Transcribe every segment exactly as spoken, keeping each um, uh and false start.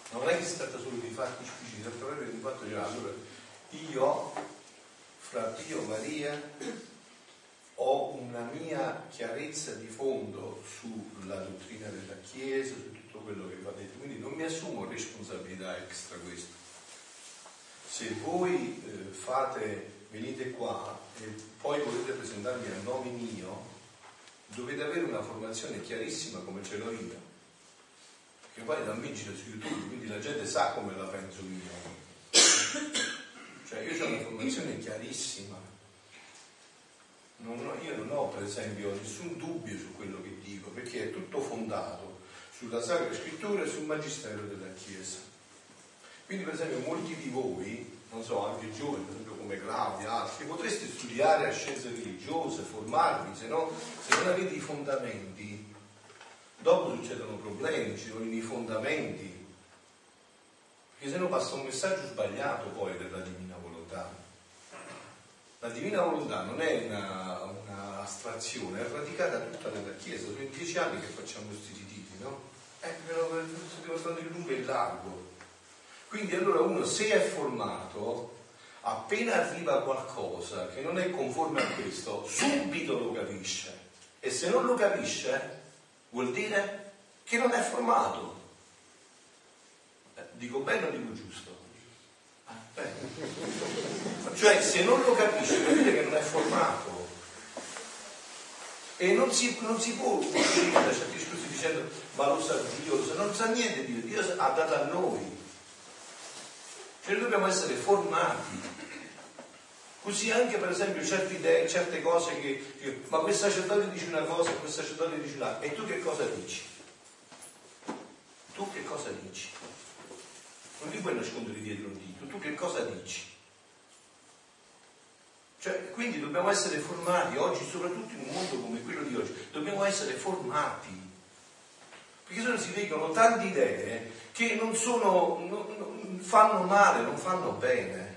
non è che si tratta solo di fatti specifici, si tratta di fatto di allora io, fra Dio e Maria, ho una mia chiarezza di fondo sulla dottrina della Chiesa, su tutto quello che va detto, quindi non mi assumo responsabilità extra questo. Se voi eh, fate, venite qua e poi volete presentarmi a nome mio, dovete avere una formazione chiarissima come ce l'ho io, che poi da me gira su YouTube, quindi la gente sa come la penso io. Cioè io ho una formazione chiarissima. Non ho, io non ho per esempio nessun dubbio su quello che dico, perché è tutto fondato sulla Sacra Scrittura e sul Magistero della Chiesa. Quindi per esempio molti di voi, non so, anche giovani, per esempio come Claudia, altri, potreste studiare a scienze religiose, formarvi, se no, se non avete i fondamenti, dopo succedono problemi, ci vogliono i fondamenti, perché se no passa un messaggio sbagliato poi della divina volontà. La divina volontà non è una, una astrazione, è radicata tutta nella Chiesa. Sono in dieci anni che facciamo questi ritiri, no? Eh, però stiamo parlando di lungo e largo. Quindi allora uno, se è formato, appena arriva qualcosa che non è conforme a questo, subito lo capisce. E se non lo capisce, vuol dire che non è formato. Eh, dico bene o dico giusto? Cioè se non lo capisce vuol dire che non è formato e non si, non si può uscire da certi discorsi dicendo ma lo sa Dio, lo sa, non sa niente di Dio, Dio ha dato a noi, cioè noi dobbiamo essere formati così. Anche per esempio certe idee, certe cose che, che ma quel sacerdote dice una cosa, quel sacerdote dice un'altra, e tu che cosa dici? Tu che cosa dici? Non ti puoi nascondere dietro un dito, tu che cosa dici? Cioè, quindi dobbiamo essere formati oggi, soprattutto in un mondo come quello di oggi, dobbiamo essere formati, perché se no si vedono tante idee che non sono, non, non fanno male, non fanno bene.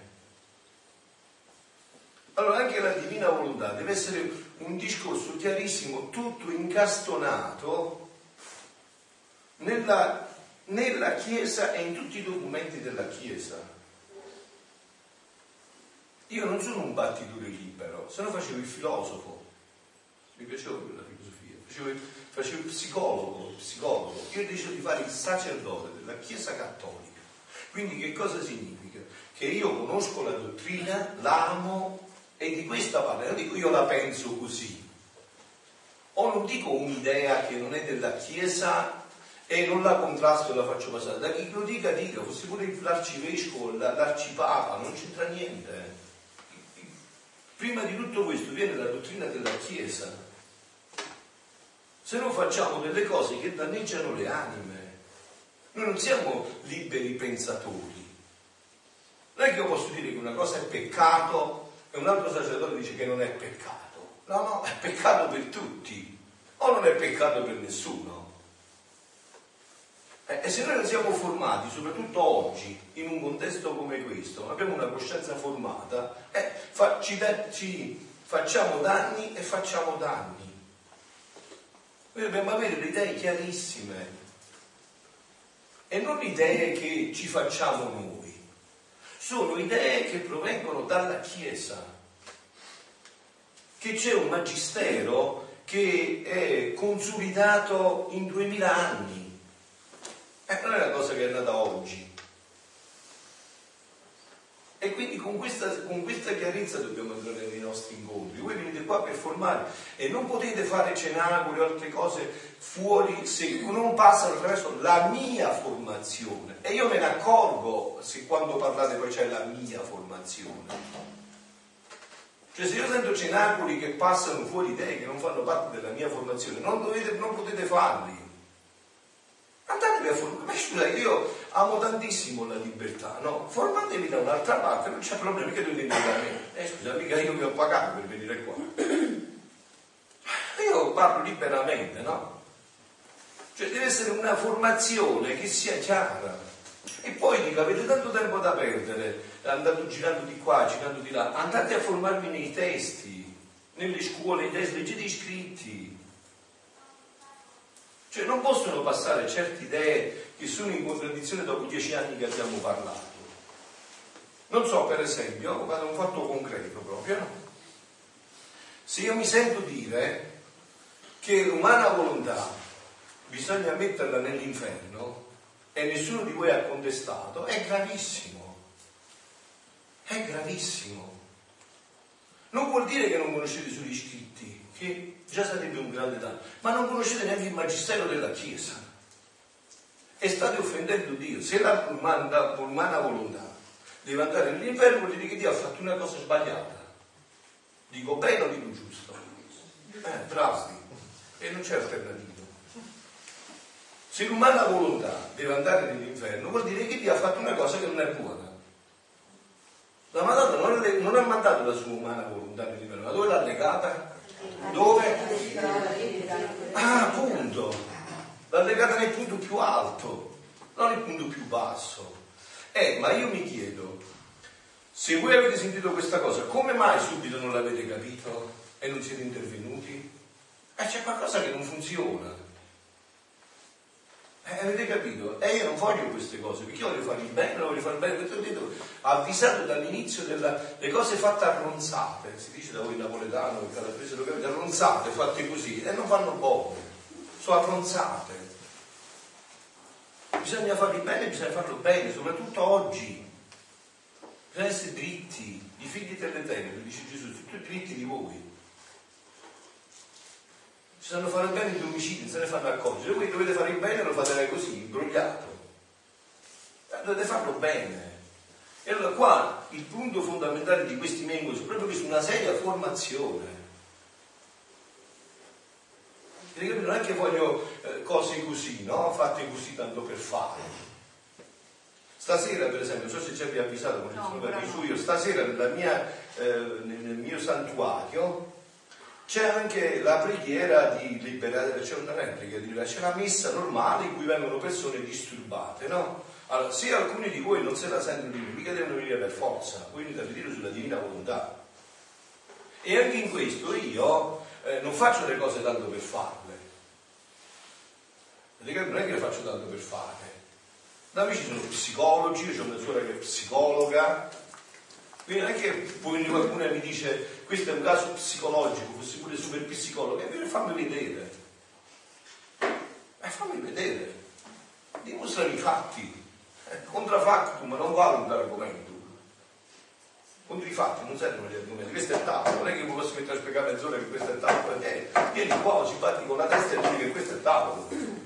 Allora anche la divina volontà deve essere un discorso chiarissimo, tutto incastonato nella nella Chiesa e in tutti i documenti della Chiesa. Io non sono un battitore libero, se no facevo il filosofo, mi piaceva quella filosofia, facevo il, facevo il psicologo, il psicologo. Io decido di fare il sacerdote della Chiesa cattolica. Quindi che cosa significa? Che io conosco la dottrina, l'amo e di questa parte, non dico io la penso così, o non dico un'idea che non è della Chiesa e non la contrasto e la faccio passare. Da chi lo dica dica, fosse pure l'arcivescovo, l'arcipapa, non c'entra niente. Prima di tutto questo viene la dottrina della Chiesa. Se no facciamo delle cose che danneggiano le anime. Noi non siamo liberi pensatori. Non è che io posso dire che una cosa è peccato e un altro sacerdote dice che non è peccato. No, no, è peccato per tutti, o non è peccato per nessuno. E se noi non siamo formati, soprattutto oggi, in un contesto come questo, abbiamo una coscienza formata, eh, fa, ci, ci facciamo danni e facciamo danni. Noi dobbiamo avere le idee chiarissime e non idee che ci facciamo noi, sono idee che provengono dalla Chiesa, che c'è un magistero che è consolidato in duemila anni. Eh, non è una cosa che è nata oggi. E quindi con questa, con questa chiarezza dobbiamo entrare nei nostri incontri. Voi venite qua per formare e non potete fare cenacoli o altre cose fuori se non passano attraverso la mia formazione. E io me ne accorgo se quando parlate poi c'è la mia formazione. Cioè se io sento cenacoli che passano fuori idee che non fanno parte della mia formazione, non, dovete, non potete farli. Andatevi a formare. Ma scusa, io amo tantissimo la libertà, no? Formatevi da un'altra parte, non c'è problema, che dovete venire da me. Eh scusa, mica io vi ho pagato per venire qua. Io parlo liberamente, no? Cioè deve essere una formazione che sia chiara. E poi dico, avete tanto tempo da perdere, andando girando di qua, girando di là, andate a formarvi nei testi, nelle scuole, i testi, leggete i scritti. Cioè non possono passare certe idee che sono in contraddizione dopo dieci anni che abbiamo parlato. Non so, per esempio, vado a un fatto concreto proprio, no? Se io mi sento dire che l'umana volontà bisogna metterla nell'inferno e nessuno di voi ha contestato, è gravissimo. È gravissimo. Non vuol dire che non conoscete sugli scritti, che già sarebbe un grande danno, ma non conoscete neanche il magistero della Chiesa e state offendendo Dio. Se la umana, l'umana volontà deve andare nell'inferno, vuol dire che Dio ha fatto una cosa sbagliata. Dico bene o dico giusto? Eh, bravi, e non c'è alternativa. Se l'umana volontà deve andare nell'inferno, vuol dire che Dio ha fatto una cosa che non è buona. La Madonna non, è, non ha mandato la sua umana volontà nell'inferno, ma dove l'ha legata? Dove? Ah, appunto, l'ha legata nel punto più alto, non nel punto più basso. Eh, ma io mi chiedo, se voi avete sentito questa cosa, come mai subito non l'avete capito e non siete intervenuti? Eh, c'è qualcosa che non funziona. Eh, avete capito? E eh, io non voglio queste cose, perché io voglio fare il bene, non voglio fare il bene, perché ho detto, avvisato dall'inizio della, le cose fatte arronzate, si dice da voi napoletano, che calabrese lo capite, arronzate, fatte così, e non vanno buone, sono arronzate. Bisogna fare il bene, bisogna farlo bene, soprattutto oggi. Bisogna essere dritti, i figli delle tenebre, dice Gesù, sono tutti dritti di voi. Ci sanno fare il bene in domicilio, se ne fanno accorgere. Voi dovete fare il bene, lo fate così, imbrogliato. Dovete farlo bene. E allora qua il punto fondamentale di questi membri è proprio su una seria formazione. Non è che voglio eh, cose così, no? Fatte così tanto per fare. Stasera, per esempio, non so se ci abbia avvisato, come no, sono avviso io, stasera nella mia, eh, nel mio santuario c'è anche la preghiera di liberare, c'è una preghiera, c'è la messa normale in cui vengono persone disturbate, no? Allora, se alcuni di voi non se la sentono dire, mica devono venire per forza, voi venite a vedere sulla divina volontà. E anche in questo io eh, non faccio le cose tanto per farle. Non è che le faccio tanto per fare. Da me ci sono psicologi, io ho una suora che è psicologa, quindi non è che poi qualcuno mi dice questo è un caso psicologico, fossi pure super psicologo, e fammi vedere. E fammi vedere. Dimostrami i fatti. Contra factum non vale un argomento. Contro i fatti non servono gli argomenti. Questo è tappo, non è che mi posso mettere a spiegare mezz'ora che questo è tappo. Eh, vieni qua, ci batti con la testa e dici che questo è tappo.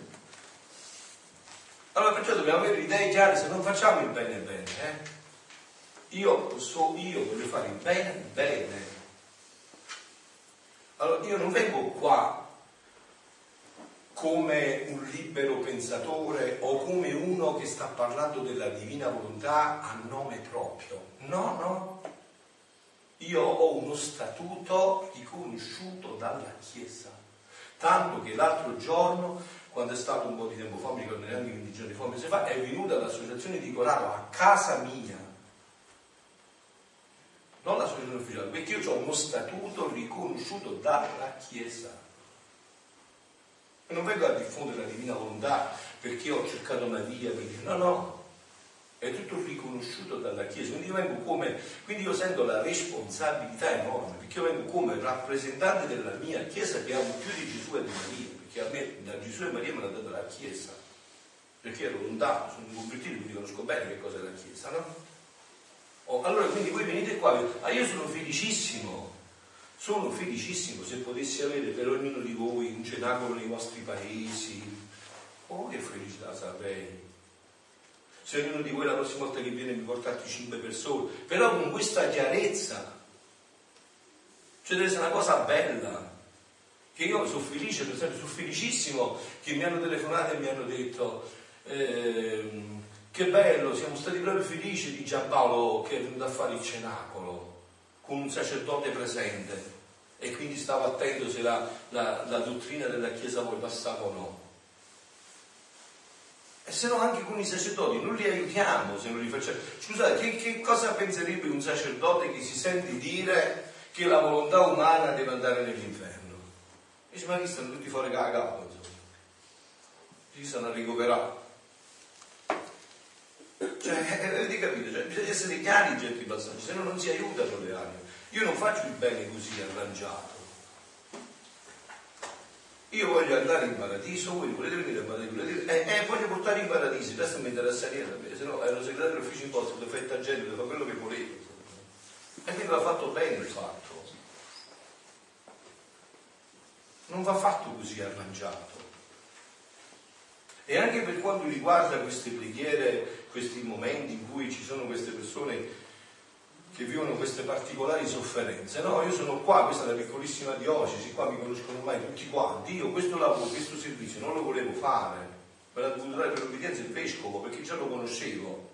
Allora perciò dobbiamo avere le idee chiare, se non facciamo il bene bene, eh? Io so, io voglio fare il bene bene. Allora io non vengo qua come un libero pensatore o come uno che sta parlando della divina volontà a nome proprio. No, no. Io ho uno statuto riconosciuto dalla Chiesa. Tanto che l'altro giorno, quando è stato un po' di tempo fa, mi ricordo neanche venti giorni fa, un mese fa, è venuta l'associazione di Corano a casa mia. Non l'associazione ufficiale, perché io ho uno statuto riconosciuto dalla Chiesa. E non vengo a diffondere la divina volontà perché ho cercato una via, perché no, no, è tutto riconosciuto dalla Chiesa. Quindi io vengo come, quindi io sento la responsabilità enorme, perché io vengo come rappresentante della mia Chiesa che amo più di Gesù e di Maria, perché a me da Gesù e Maria me l'ha dato la Chiesa, perché ero lontano, sono un convertito, quindi conosco bene che cosa è la Chiesa, no? Oh, allora quindi voi venite qua, ah, io sono felicissimo. Sono felicissimo se potessi avere per ognuno di voi un cenacolo nei vostri paesi. Oh, che felicità saprei. Se ognuno di voi la prossima volta che viene mi portate cinque persone, però con questa chiarezza. Cioè deve essere una cosa bella. Che io sono felice, per esempio, sono felicissimo che mi hanno telefonato e mi hanno detto ehm, che bello, siamo stati proprio felici di Giampaolo che è venuto a fare il cenacolo con un sacerdote presente e quindi stavo attento se la, la, la dottrina della Chiesa poi passava o no. E se no anche con i sacerdoti non li aiutiamo se non li facciamo. Scusate, che, che cosa penserebbe un sacerdote che si sente dire che la volontà umana deve andare nell'inferno? Dice, ma chi stanno tutti fuori cagato, insomma. Ci stanno a ricoverare. Cioè, avete capito? Cioè, bisogna essere chiari in certi passaggi, se no non si aiutano le anime. Io non faccio il bene così arrangiato. Io voglio andare in paradiso, voi volete venire in paradiso, volete... Eh, eh, voglio portare in paradiso, adesso mi interessa niente a me, se no ero segretario dell'ufficio imposta, potete fare il tagello, potete fare quello che volete. E quindi va fatto bene il fatto. Non va fatto così arrangiato. E anche per quanto riguarda queste preghiere, questi momenti in cui ci sono queste persone che vivono queste particolari sofferenze, no? Io sono qua, questa è una piccolissima diocesi, qua mi conoscono ormai tutti quanti, io questo lavoro, questo servizio non lo volevo fare, me l'ha dovuto dare per obbedienza il vescovo, perché già lo conoscevo.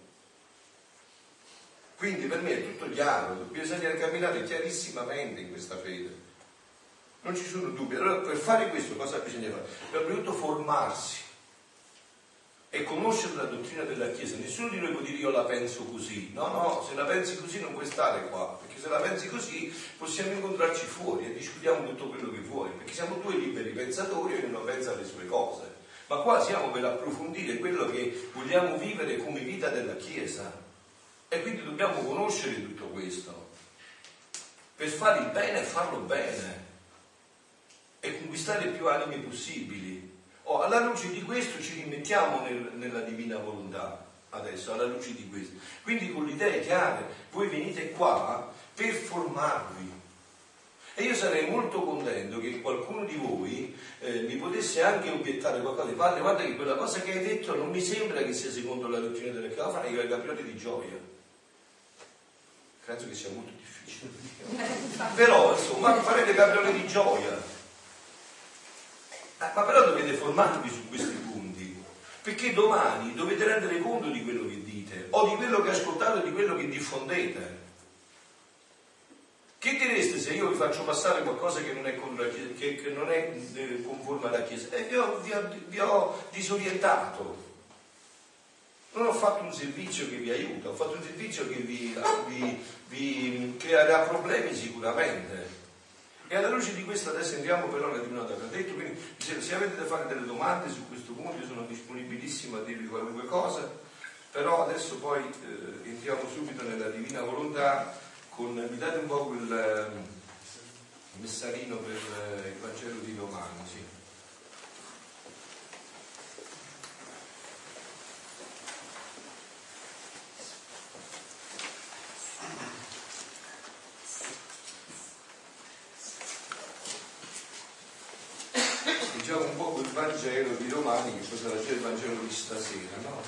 Quindi per me è tutto chiaro, bisogna camminare chiarissimamente in questa fede. Non ci sono dubbi. Allora per fare questo cosa bisogna fare? Per prima di tutto formarsi e conoscere la dottrina della Chiesa. Nessuno di noi può dire io la penso così. No, no, se la pensi così non puoi stare qua, perché se la pensi così possiamo incontrarci fuori e discutiamo tutto quello che vuoi, perché siamo due liberi pensatori e ognuno pensa alle sue cose. Ma qua siamo per approfondire quello che vogliamo vivere come vita della Chiesa. E quindi dobbiamo conoscere tutto questo per fare il bene e farlo bene e conquistare più anime possibili. Oh, alla luce di questo ci rimettiamo nel, nella divina volontà, adesso, alla luce di questo. Quindi con le idee chiare, voi venite qua per formarvi. E io sarei molto contento che qualcuno di voi eh, mi potesse anche obiettare qualcosa di padre, guarda che quella cosa che hai detto non mi sembra che sia secondo la dottrina delle Chiesa, fare i caprioli di gioia. Penso che sia molto difficile. Però, insomma, farete caprioli di gioia. Ma però dovete formarvi su questi punti, perché domani dovete rendere conto di quello che dite, o di quello che ascoltate, o di quello che diffondete. Che direste se io vi faccio passare qualcosa che non è, contro la Chiesa, che, che non è eh, conforme alla Chiesa? E vi ho, vi, ho, vi ho disorientato. Non ho fatto un servizio che vi aiuta, ho fatto un servizio che vi, vi, vi creerà problemi sicuramente. E alla luce di questo adesso entriamo però nella divinità che ha detto, quindi se avete da fare delle domande su questo punto io sono disponibilissimo a dirvi qualunque cosa, però adesso poi eh, entriamo subito nella divina volontà con, mi date un po' quel eh, messarino per eh, il Vangelo di domani, sì. Diciamo un po' quel Vangelo di domani che poi sarà già il Vangelo di stasera, no?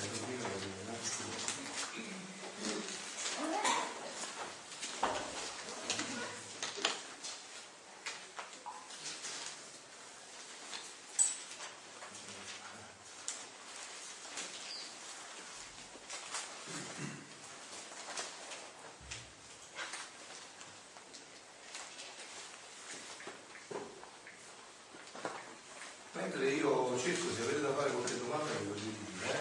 Mentre io cerco, se avete da fare qualche domanda mi potete dire,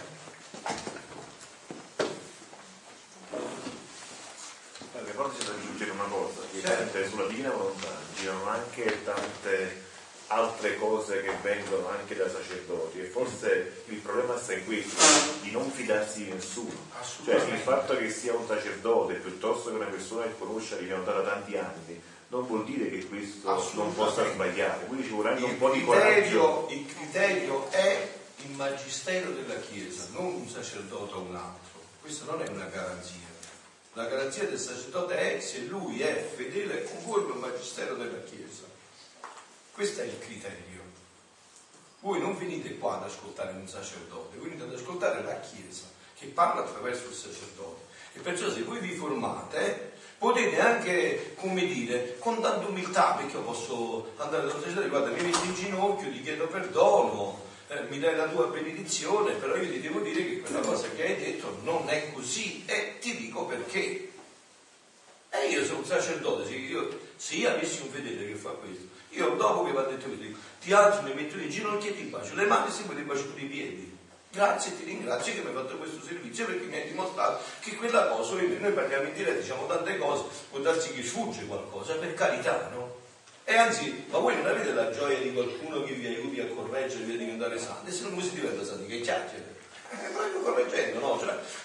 eh? Eh, però c'è da aggiungere una cosa, che certo. Sulla divina volontà girano anche tante altre cose che vengono anche dai sacerdoti, e forse il problema sta in questo, di non fidarsi di nessuno. Cioè il fatto che sia un sacerdote piuttosto che una persona che conosce, che viene da tanti anni, non vuol dire che questo non possa sbagliare, quindi ci vuole anche un po' di coraggio. Il criterio è il magistero della Chiesa, non un sacerdote o un altro. Questa non è una garanzia. La garanzia del sacerdote è se lui è fedele conforme al magistero della Chiesa. Questo è il criterio. Voi non venite qua ad ascoltare un sacerdote, venite ad ascoltare la Chiesa che parla attraverso il sacerdote. E perciò se voi vi formate potete anche, come dire, con tanta umiltà, perché io posso andare dal sacerdote, guarda, mi metti in ginocchio, ti chiedo perdono, eh, mi dai la tua benedizione, però io ti devo dire che quella cosa che hai detto non è così e ti dico perché. E io sono un sacerdote, se io, se io avessi un fedele che fa questo, io dopo che mi ha detto questo, dico, ti alzo, mi metto in ginocchio e ti bacio le mani e se poi ti bacio tutti i piedi. Grazie e ti ringrazio che mi hai fatto questo servizio, perché mi hai dimostrato che quella cosa, noi parliamo in diretta, diciamo tante cose, può darsi che sfugge qualcosa, per carità, no? E anzi, ma voi non avete la gioia di qualcuno che vi aiuti a correggere, vi a diventare santi? E se non si diventa santi, che chiacchiere? Eh, proprio correggendo, no? Cioè,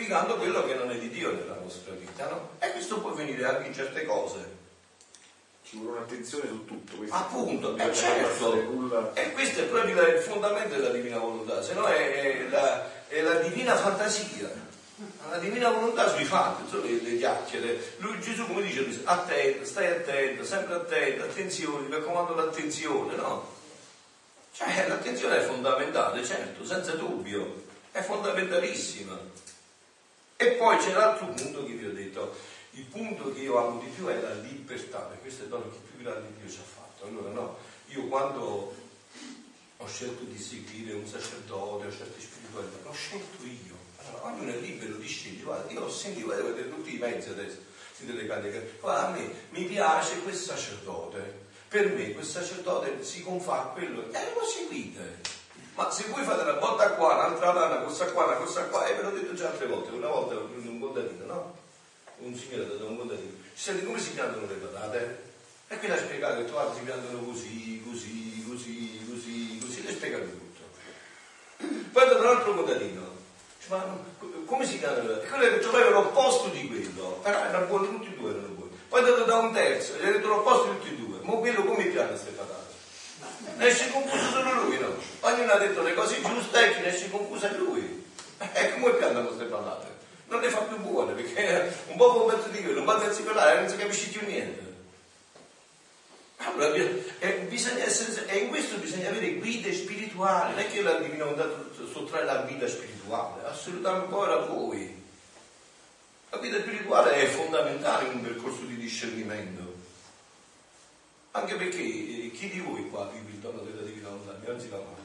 mortificando quello che non è di Dio nella nostra vita, no? E questo può venire anche in certe cose. Ci vuole un'attenzione su tutto. Appunto, eh, certo. E questo è proprio il fondamento della divina volontà, se no è, è, la, è la divina fantasia. La divina volontà sui fatti, non sono le, le chiacchiere. Lui, Gesù, come dice, dice, attento, stai attento, sempre attento, attenzione, mi raccomando l'attenzione, no? Cioè, l'attenzione è fondamentale, certo, senza dubbio, è fondamentalissima. E poi c'è l'altro punto che vi ho detto, il punto che io amo di più è la libertà, perché questo è il dono che più grande Dio ci ha fatto. Allora, no, io quando ho scelto di seguire un sacerdote, ho scelto spiritualità, l'ho scelto io. Allora, ognuno è libero di scegliere. Guarda, io ho sentito, guarda, vedete tutti i mezzi adesso, sentite le cariche. Guarda, a me mi piace quel sacerdote, per me quel sacerdote si confà a quello, e lo seguite. Ma se voi fate una botta qua, un'altra là, una cosa qua, una cosa qua, e ve l'ho detto già altre volte, una volta ho preso un contadino, no? Un signore ha dato un contadino. Ci sente come si piantano le patate? E qui l'ha spiegato, ha detto, guarda, si piantano così, così, così, così, così, le spiegato tutto. Poi ha dato un altro contadino. Ma come si chiama? E quello ha detto proprio l'opposto di quello, però erano buoni, tutti e due erano buoni. Poi ha dato da un terzo, gli ha detto l'opposto di tutti e due. Ma quello come pianta queste patate? Ne esce confuso solo lui, no? Ognuno ha detto le cose giuste e chi ne esce confuso è lui. E come piantano queste patate? Non le fa più buone, perché un po' un pezzo di quello, un po' di quell'altro, non si capisce più niente. Allora, eh, bisogna essere, e in questo bisogna avere guide spirituali, non è che la divina volontà sottrae la guida spirituale, assolutamente poi a voi. La guida spirituale è fondamentale in un percorso di discernimento, anche perché eh, chi di voi qua vive il dono della divina volontà? Mi alzi la mano.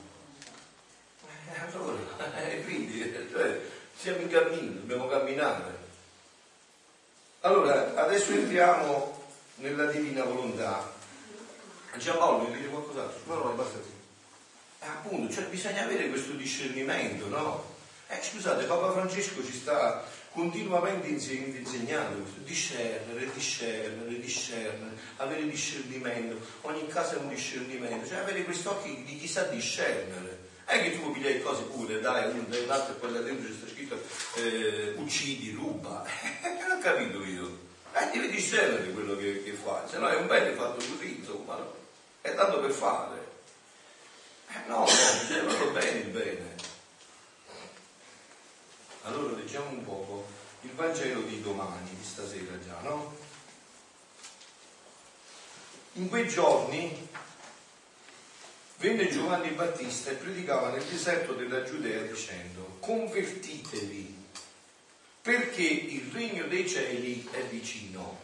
Eh, allora, eh, quindi cioè, siamo in cammino, dobbiamo camminare. Allora, adesso entriamo nella divina volontà. Giampaolo, mi dice qualcos'altro? No, no, basta. Eh, appunto, cioè bisogna avere questo discernimento, no? Eh, scusate, Papa Francesco ci sta continuamente insegnando questo, discernere, discernere, discernere, avere discernimento, ogni caso è un discernimento, cioè avere questi occhi di chi sa discernere. È che tu pigliai cose pure, dai, un altro e poi là dentro ci sta scritto eh, uccidi, ruba, non ho capito io. Eh, devi discernere quello che, che fai, se no è un bene fatto così, insomma, no? È tanto per fare. Eh, no, no, bisogna farlo bene il bene. Allora leggiamo un poco il Vangelo di domani, di stasera già, no? In quei giorni venne Giovanni Battista e predicava nel deserto della Giudea dicendo: convertitevi, perché il regno dei cieli è vicino.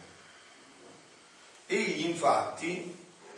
Egli infatti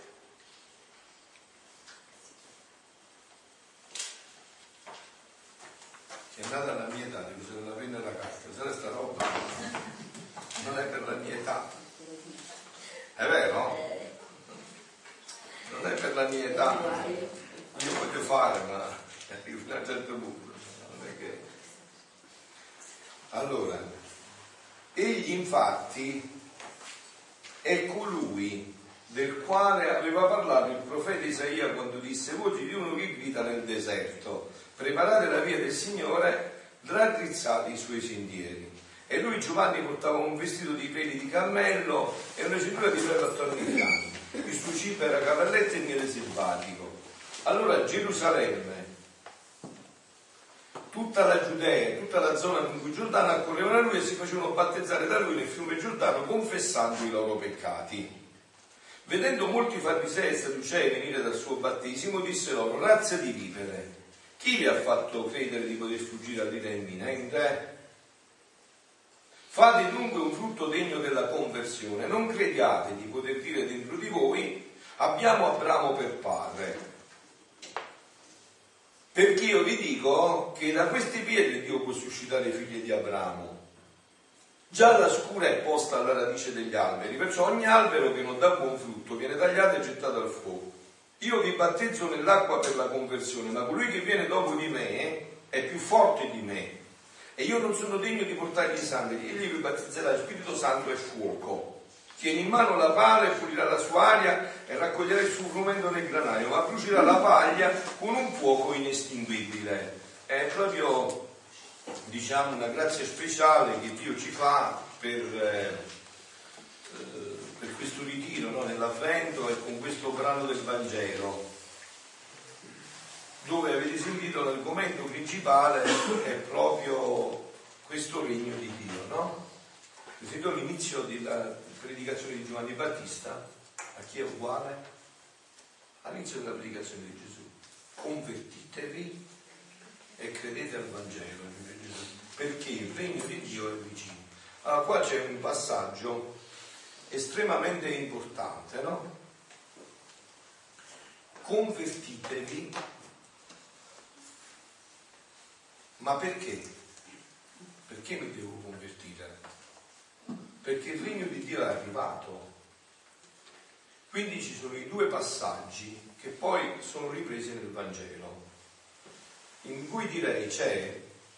è nata la mia età, devo usare la penna e la carta, se no sta roba non è per la mia età, è vero? Non è per la mia età, io voglio fare, ma arrivo a un certo punto, non è che... Allora, egli infatti è colui del quale aveva parlato il profeta Isaia quando disse: voci di uno che grida nel deserto, preparate la via del Signore, raddrizzate i suoi sentieri. E lui, Giovanni, portava un vestito di peli di cammello e una cintura di ferro attorno ai fianchi. Il suo cibo era cavalletto e miele selvatico. Allora Gerusalemme, tutta la Giudea, tutta la zona lungo il Giordano accorrevano a lui e si facevano battezzare da lui nel fiume Giordano, confessando i loro peccati. Vedendo molti farisei e sadducei venire dal suo battesimo, disse loro: razza di vipere, chi vi ha fatto credere di poter fuggire all'ira imminente? Fate dunque un frutto degno della conversione, non crediate di poter dire dentro di voi: abbiamo Abramo per padre. Perché io vi dico che da queste pietre Dio può suscitare figli di Abramo. Già la scura è posta alla radice degli alberi, perciò ogni albero che non dà buon frutto viene tagliato e gettato al fuoco. Io vi battezzo nell'acqua per la conversione, ma colui che viene dopo di me è più forte di me, e io non sono degno di portargli i sandali. Egli vi battezzerà Spirito Santo e fuoco. Tiene in mano la pala e pulirà la sua aria e raccoglierà il suo frumento nel granaio, ma brucerà la paglia con un fuoco inestinguibile. È proprio diciamo una grazia speciale che Dio ci fa per, eh, per questo ritiro, no? Nell'Avvento, e con questo brano del Vangelo, dove avete sentito l'argomento principale è proprio questo regno di Dio, no? Avete sentito l'inizio della predicazione di Giovanni Battista? A chi è uguale? All'inizio della predicazione di Gesù: convertitevi e credete al Vangelo, perché il regno di Dio è vicino. Allora qua c'è un passaggio estremamente importante, no? Convertitevi, ma perché? Perché mi devo convertire? Perché il regno di Dio è arrivato. Quindi ci sono i due passaggi che poi sono ripresi nel Vangelo, in cui direi c'è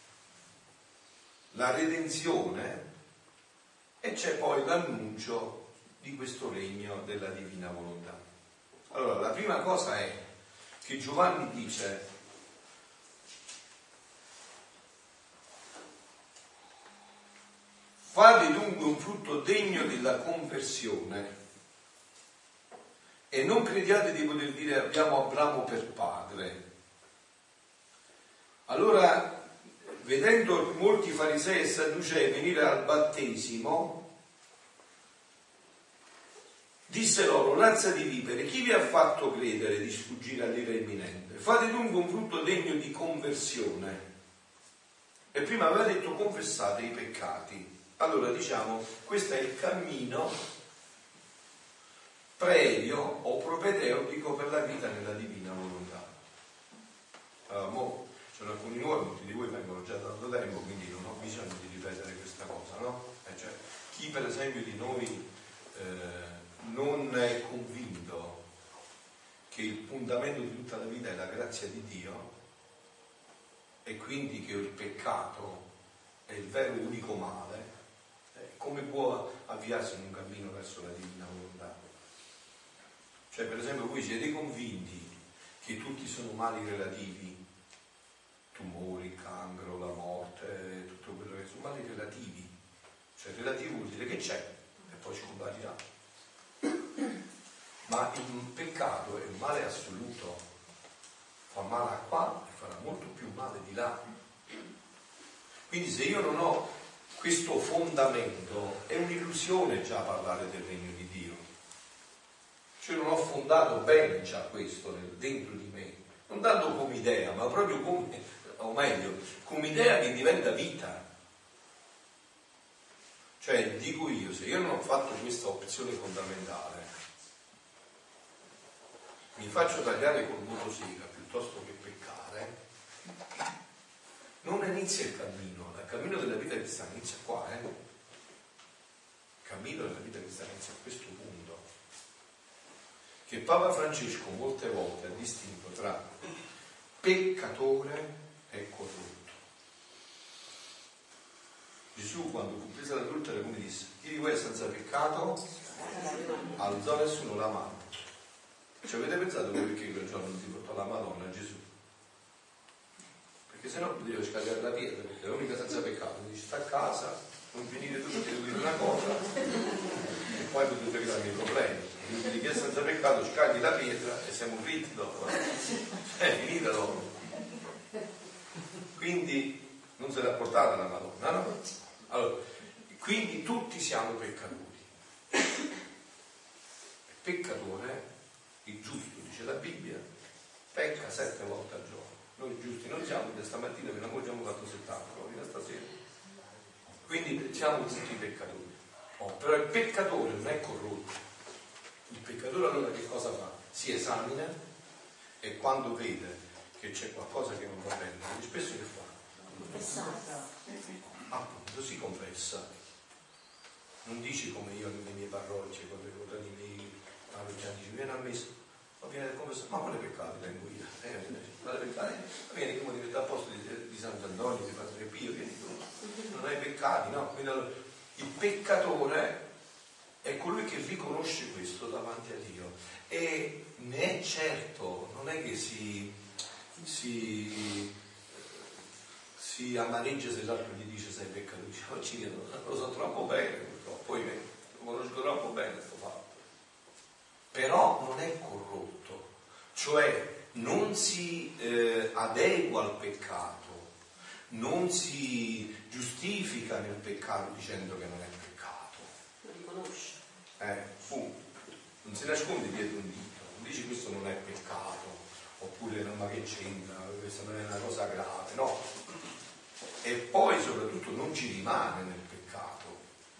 la redenzione e c'è poi l'annuncio di questo regno della divina volontà. Allora, la prima cosa è che Giovanni dice: fate dunque un frutto degno della conversione e non crediate di poter dire abbiamo Abramo per padre. Allora, vedendo molti farisei e sadducei venire al battesimo, disse loro: razza di vipere, chi vi ha fatto credere di sfuggire all'ira imminente? Fate dunque un frutto degno di conversione. E prima aveva detto confessate i peccati. Allora diciamo, questo è il cammino previo o propedeutico per la vita nella divina volontà. Allora, mo sono alcuni nuovi, molti di voi vengono già da tanto tempo, quindi non ho bisogno di ripetere questa cosa, no? Eh, cioè, chi per esempio di noi eh, non è convinto che il fondamento di tutta la vita è la grazia di Dio, e quindi che il peccato è il vero e unico male, eh, come può avviarsi in un cammino verso la divina volontà? Cioè, per esempio, voi siete convinti che tutti sono mali relativi, tumori, il cancro, la morte, tutto quello che sono mali relativi. Cioè, relativo vuol dire che c'è e poi ci comparirà. Ma il peccato è un male assoluto, fa male a qua e farà molto più male di là. Quindi se io non ho questo fondamento, è un'illusione già parlare del regno di Dio. Cioè non ho fondato bene già questo dentro di me, non tanto come idea, ma proprio come, o meglio, come idea che diventa vita. Cioè, dico io, se io non ho fatto questa opzione fondamentale, mi faccio tagliare col motosega piuttosto che peccare, non inizia il cammino. Il cammino della vita cristiana inizia qua, eh? Il cammino della vita cristiana inizia a questo punto, che Papa Francesco molte volte ha distinto tra peccatore e corrotto. Gesù, quando fu presa l'adultera, come disse: chi di voi è senza peccato alzò nessuno la mano. Cioè, avete pensato voi perché quel giorno non si portò la Madonna a Gesù? Perché sennò poteva scagliare la pietra, perché l'unica senza peccato dice: sta a casa, non finire tutto, devo dire una cosa e poi potete creare i problemi. Quindi chi è senza peccato scagli la pietra e siamo fritti dopo, è finita dopo. Quindi non se l'ha portata la Madonna, no? Allora, quindi tutti siamo peccatori. Il peccatore, il giusto, dice la Bibbia, pecca sette volte al giorno. Noi giusti non siamo, da stamattina fino a oggi abbiamo fatto settanta, fino a stasera. Quindi siamo tutti peccatori. Oh, però il peccatore non è corrotto. Il peccatore allora che cosa fa? Si esamina e quando vede che c'è qualcosa che non va bene, spesso che fa? Confessata. Appunto, si confessa. Non dice come io nelle mie parrocchie, con i miei parrocchiani, dice: viene a messa, ma viene a confessare, ma quale peccato tengo io? Eh, quale peccato? Vieni come diventa a posto di, di Sant'Antonio, di Padre Pio, vieni tu. Non hai peccati, no? Quindi allora, il peccatore è colui che riconosce questo davanti a Dio e ne è certo, non è che si, si, si amareggia se l'altro gli dice sei peccatore, dice oggi io lo so troppo bene, poi lo conosco troppo bene questo fatto. Però non è corrotto, cioè non si eh, adegua al peccato, non si giustifica nel peccato dicendo che non è peccato. Lo riconosce. Eh, fu, non si nasconde dietro un dito, non dice questo non è peccato, oppure no, ma che c'entra, questa non è una cosa grave, no. E poi soprattutto non ci rimane nel peccato,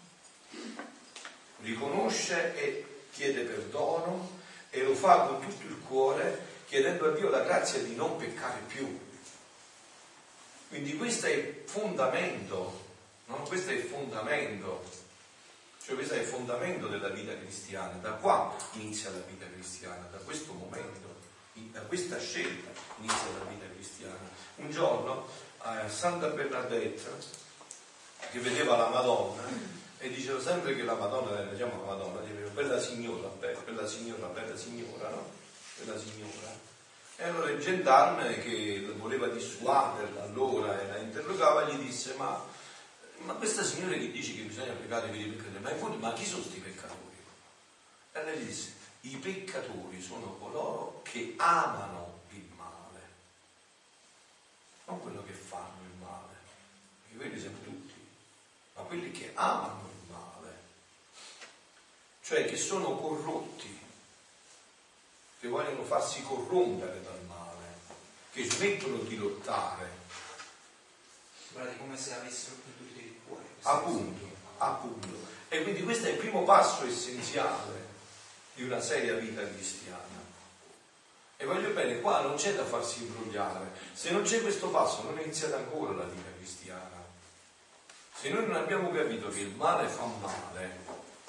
riconosce e chiede perdono e lo fa con tutto il cuore, chiedendo a Dio la grazia di non peccare più. Quindi questo è il fondamento, no? Questo è il fondamento, cioè questo è il fondamento della vita cristiana. Da qua inizia la vita cristiana, da questo momento, da questa scelta inizia la vita cristiana. Un giorno a Santa Bernadetta, che vedeva la Madonna, e diceva sempre che la Madonna, la leggiamo la Madonna, diceva bella signora, bella, bella signora, bella signora, no? Bella signora. E allora il gendarme che voleva dissuaderla allora e la interrogava gli disse ma, ma questa signora che dice che bisogna pregare per i peccatori, ma in fondo ma chi sono questi peccatori? E lei gli disse i peccatori sono coloro che amano il male, non quello che fanno il male, perché quelli siamo tutti, ma quelli che amano il male, cioè che sono corrotti, che vogliono farsi corrompere dal male, che smettono di lottare. Guardate come se avessero perduto il cuore. Appunto, appunto. E quindi questo è il primo passo essenziale di una seria vita cristiana. E voglio bene, qua non c'è da farsi imbrogliare. Se non c'è questo passo non è iniziata ancora la vita cristiana. Se noi non abbiamo capito che il male fa male,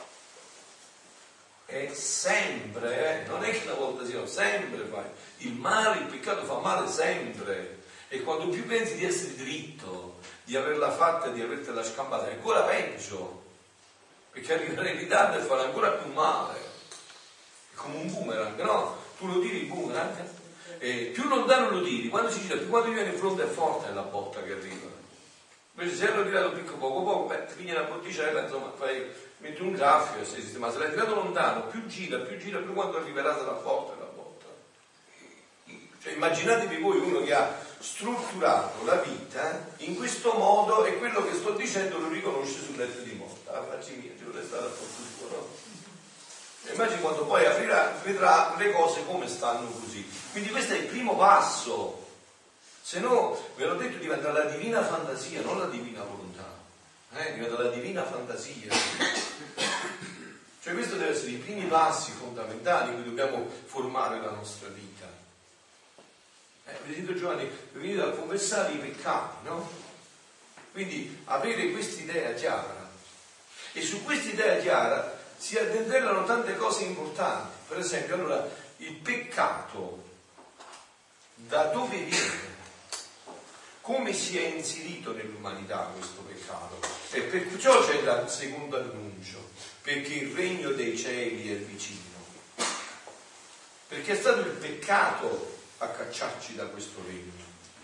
è sempre, eh, non è che una volta sia, sempre fai. Il male, il peccato fa male sempre. E quando più pensi di essere dritto, di averla fatta, di avertela scampata, è ancora peggio. Perché arrivare in ritardo e fare ancora più male. È come un boomerang, no? Tu lo tiri il boomerang, e più lontano lo tiri, quando si gira, più quando viene in fronte è forte la botta che arriva. Invece se l'ho tirato piccolo poco poco, beh, ti viene una botticella, insomma, fai, metti un graffio e sei sistemato. Se l'hai tirato lontano, più gira, più gira, più quando arriverà sarà forte la botta. Cioè immaginatevi voi uno che ha strutturato la vita in questo modo e quello che sto dicendo lo riconosce sul letto di morte. Ah, facci mia, ci vuole stare a posto suo, no? E immagini quando poi aprirà, vedrà le cose come stanno così. Quindi questo è il primo passo. Se no, ve l'ho detto, diventa la divina fantasia, non la divina volontà. Eh? Diventa la divina fantasia. Cioè questo deve essere i primi passi fondamentali in cui dobbiamo formare la nostra vita. Eh, Benedetto Giovanni, venite a confessare i peccati, no? Quindi avere quest'idea chiara. E su quest'idea chiara si addentellano tante cose importanti. Per esempio, allora, il peccato da dove viene? Come si è inserito nell'umanità questo peccato? E perciò c'è il secondo annuncio, perché il regno dei cieli è vicino. Perché è stato il peccato a cacciarci da questo regno.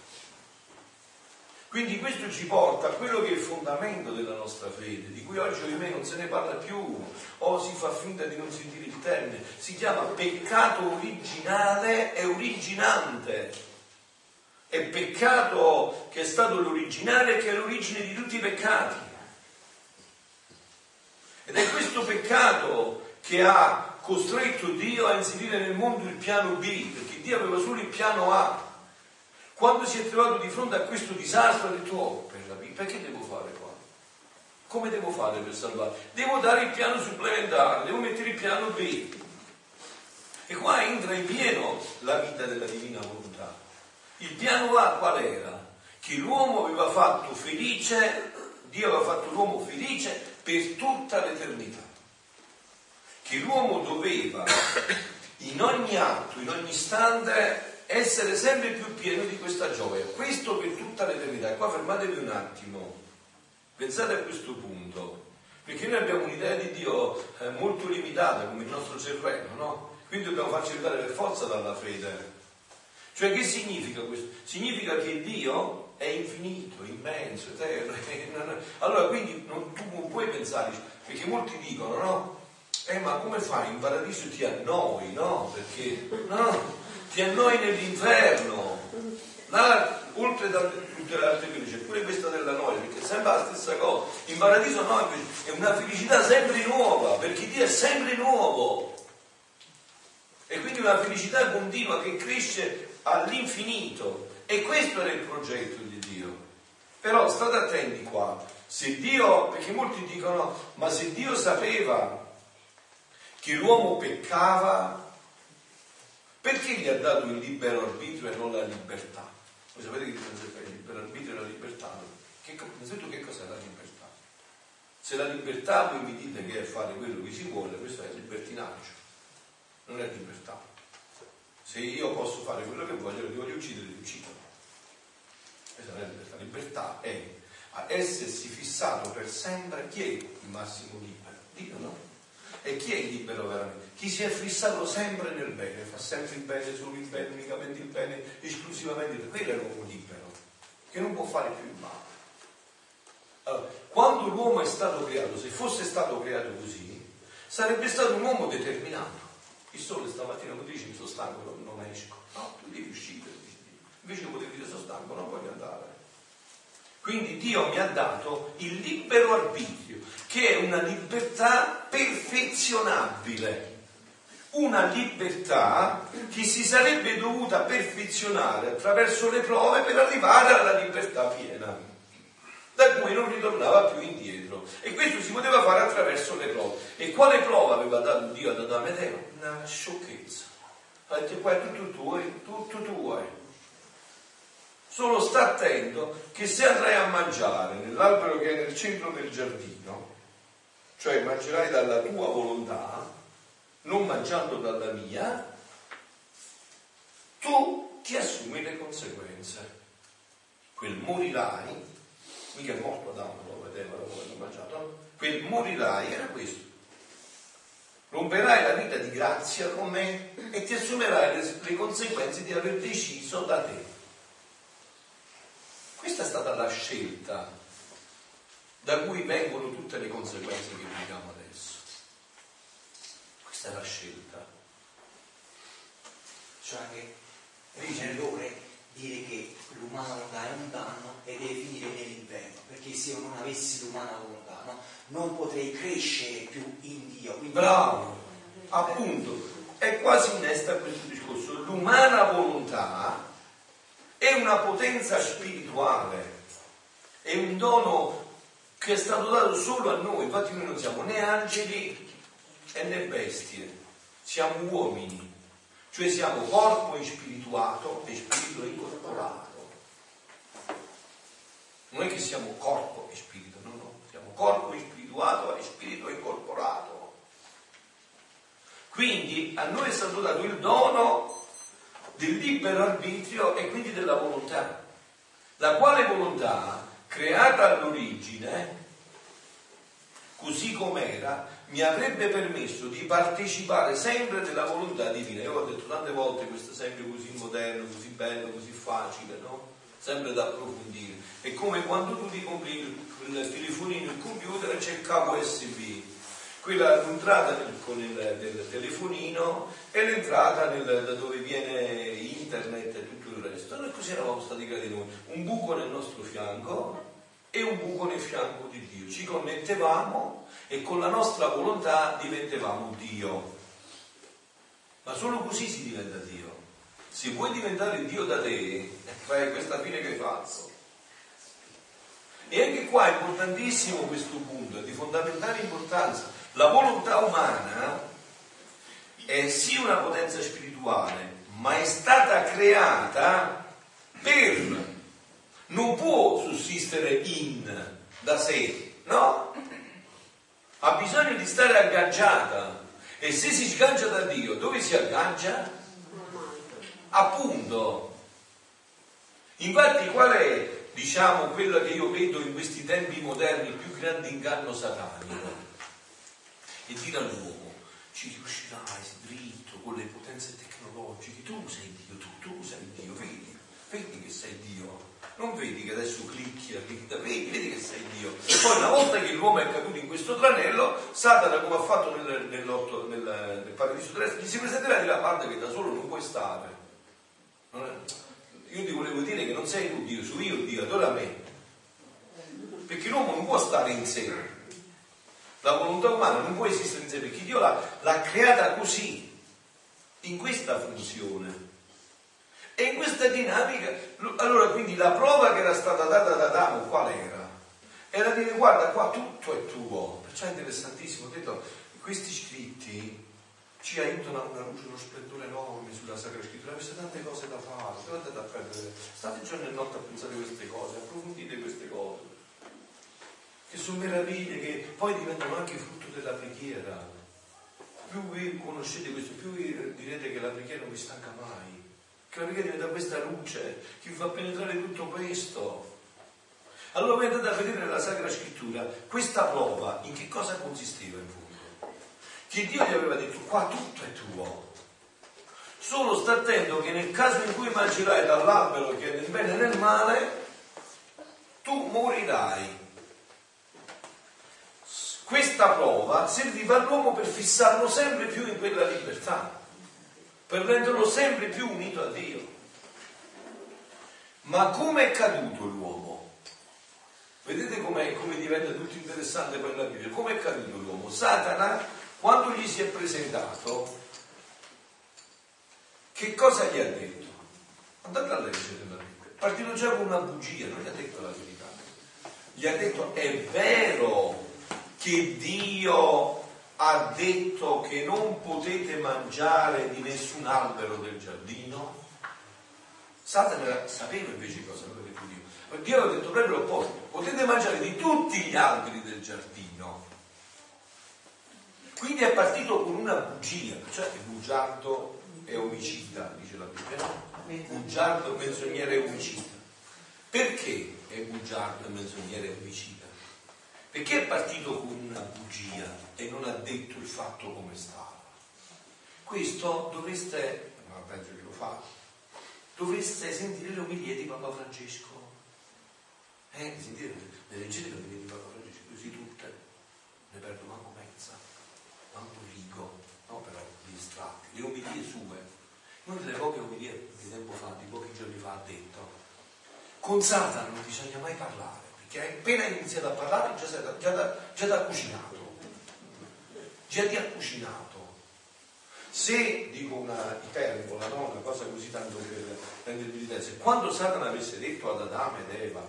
Quindi questo ci porta a quello che è il fondamento della nostra fede, di cui oggi ohimè non se ne parla più, o si fa finta di non sentire il termine. Si chiama peccato originale e originante. È peccato che è stato l'originale, che è l'origine di tutti i peccati. Ed è questo peccato che ha costretto Dio a inserire nel mondo il piano B, perché Dio aveva solo il piano A. Quando si è trovato di fronte a questo disastro ha detto, oh, per la B, perché devo fare qua? Come devo fare per salvare? Devo dare il piano supplementare, devo mettere il piano B. E qua entra in pieno la vita della divina volontà. Il piano A qual era? Che l'uomo aveva fatto felice, Dio aveva fatto l'uomo felice per tutta l'eternità. Che l'uomo doveva in ogni atto, in ogni istante essere sempre più pieno di questa gioia. Questo per tutta l'eternità. E qua fermatevi un attimo, pensate a questo punto, perché noi abbiamo un'idea di Dio eh, molto limitata come il nostro cervello, no? Quindi dobbiamo farci aiutare per forza dalla fede. Cioè che significa questo? Significa che Dio è infinito, immenso, eterno. Allora quindi non, tu non puoi pensare, perché molti dicono no? Eh ma come fai? In paradiso ti annoi, no? Perché no? Ti annoi nell'inferno. Là, oltre a tutte le altre cose, c'è pure questa della noia, perché è sempre la stessa cosa. In paradiso no, è una felicità sempre nuova, perché Dio è sempre nuovo. E quindi una felicità continua che cresce all'infinito. E questo era il progetto di Dio. Però state attenti qua. Se Dio, perché molti dicono, ma se Dio sapeva che l'uomo peccava, perché gli ha dato il libero arbitrio e non la libertà? Voi sapete che differenza c'è il libero arbitrio e la libertà? Che, innanzitutto che cos'è la libertà? Se la libertà voi mi dite che è fare quello che si vuole, questo è libertinaggio, non è libertà. Se io posso fare quello che voglio, ti voglio uccidere, ti uccido. Questa non è libertà. Libertà è a essersi fissato per sempre chi è il massimo libero? Dio, no? E chi è il libero veramente? Chi si è fissato sempre nel bene, fa sempre il bene, solo il bene, unicamente il bene, esclusivamente il bene. Quello è l'uomo libero, che non può fare più il male. Allora, quando l'uomo è stato creato, se fosse stato creato così, sarebbe stato un uomo determinato. Il sole stamattina mi dice mi sono stanco, non, non esco. No, tu devi uscire. Invece potevi dire sono stanco, non voglio andare. Quindi Dio mi ha dato il libero arbitrio, che è una libertà perfezionabile. Una libertà che si sarebbe dovuta perfezionare attraverso le prove per arrivare alla libertà piena, da cui non ritornava più indietro. E questo si poteva fare attraverso le prove. E quale prova aveva dato Dio ad Adamo ed Eva? Una sciocchezza. Ha detto qua è tutto tuo, tutto tuo. Solo sta attento che se andrai a mangiare nell'albero che è nel centro del giardino, cioè mangerai dalla tua volontà, non mangiando dalla mia, tu ti assumi le conseguenze. Quel morirai, mica è morto Adamo, lo vedeva, lo aveva mangiato, no? Quel morirai era questo. Romperai la vita di grazia con me e ti assumerai le, le conseguenze di aver deciso da te. Questa è stata la scelta da cui vengono tutte le conseguenze che vediamo adesso. Questa è la scelta. Cioè che è un errore dire che l'umana volontà è un danno e deve finire nell'inferno, perché se io non avessi l'umana volontà, no, non potrei crescere più in Dio. Quindi... Bravo, appunto, è quasi innesta questo discorso. L'umana volontà è una potenza spirituale, è un dono che è stato dato solo a noi. Infatti noi non siamo né angeli e né bestie, siamo uomini, cioè siamo corpo inspirituato e spirito incorporato. Non è che siamo corpo e spirito, no, no, siamo corpo inspirituato e spirito incorporato. Quindi a noi è stato dato il dono del libero arbitrio e quindi della volontà, la quale volontà, creata all'origine, così com'era, mi avrebbe permesso di partecipare sempre della volontà divina. Io ho detto tante volte questo esempio così moderno, così bello, così facile, no? Sempre da approfondire. È come quando tu ti compri il, il telefonino, il computer e c'è il cavo U S B. Quella l'entrata nel, con il del telefonino e l'entrata nel, da dove viene internet e tutto il resto. Noi così eravamo stati creati noi, un buco nel nostro fianco e un buco nel fianco di Dio. Ci connettevamo e con la nostra volontà diventavamo Dio. Ma solo così si diventa Dio. Se vuoi diventare Dio da te, fai questa fine che hai fatto. E anche qua è importantissimo questo punto, è di fondamentale importanza. La volontà umana è sì una potenza spirituale, ma è stata creata per, non può sussistere in, da sé, no? Ha bisogno di stare agganciata. E se si sgancia da Dio, dove si aggancia? Appunto. Infatti qual è, diciamo, quello che io vedo in questi tempi moderni, il più grande inganno satanico? E dire all'uomo, ci riuscirai dritto con le potenze tecnologiche, tu sei Dio, tu, tu sei Dio, vedi, vedi che sei Dio. Non vedi che adesso clicchi, vedi, vedi che sei Dio. Poi una volta che l'uomo è caduto in questo tranello, Satana, come ha fatto nel, nell'otto, nel, nel paradiso terrestre, gli si presenterà e dirà: guarda che da solo non puoi stare. Non è... Io ti volevo dire che non sei tu Dio, sono io Dio, adora me. Perché l'uomo non può stare in sé. La volontà umana non può esistere in sé, perché Dio l'ha, l'ha creata così, in questa funzione. E in questa dinamica, allora quindi la prova che era stata data da Adamo qual era? Era dire: guarda, qua tutto è tuo. Perciò è interessantissimo, ho detto, questi scritti ci aiutano a una luce, uno splendore enorme sulla Sacra Scrittura. Avete tante cose da fare, andate a perdere, state giorno e notte a pensare queste cose, approfondite queste cose, che sono meraviglie che poi diventano anche frutto della preghiera. Più vi conoscete questo, più vi direte che la preghiera non vi stanca mai. Che la preghiera diventa questa luce che vi fa penetrare tutto questo. Allora voi andate a vedere nella Sacra Scrittura questa prova in che cosa consisteva in fondo. Che Dio gli aveva detto: qua tutto è tuo, solo sta attento che nel caso in cui mangerai dall'albero che è nel bene e nel male, tu morirai. Questa prova serviva all'uomo per fissarlo sempre più in quella libertà, per renderlo sempre più unito a Dio. Ma come è caduto l'uomo? Vedete com'è, come diventa tutto interessante per la Bibbia. Come è caduto l'uomo? Satana, quando gli si è presentato, che cosa gli ha detto? Andate a leggere la Bibbia. È partito già con una bugia, non gli ha detto la verità. Gli ha detto: è vero che Dio ha detto che non potete mangiare di nessun albero del giardino? Satana sapeva invece cosa aveva detto Dio. Dio aveva detto proprio l'opposto: potete mangiare di tutti gli alberi del giardino. Quindi è partito con una bugia, cioè il bugiardo è omicida, dice la Bibbia. Bugiardo, menzognere e omicida. Perché è bugiardo, menzognere e omicida? Perché è partito con una bugia e non ha detto il fatto come stava. Questo dovreste, ma penso che lo fa, dovreste sentire le omelie di Papa Francesco. Eh, sentite, le leggete le omelie di Papa Francesco, così tutte, ne perdo manco mezza, manco rigo, no però gli estratti, le omelie sue. Una delle poche omelie di tempo fa, di pochi giorni fa, ha detto: con Satana non bisogna mai parlare, che appena iniziato a parlare già, da, già, da, già da cucinato, già ti ha cucinato. Se, dico una iperbola, no? Una cosa così tanto per rendere più di se quando Satana avesse detto ad Adamo ed Eva: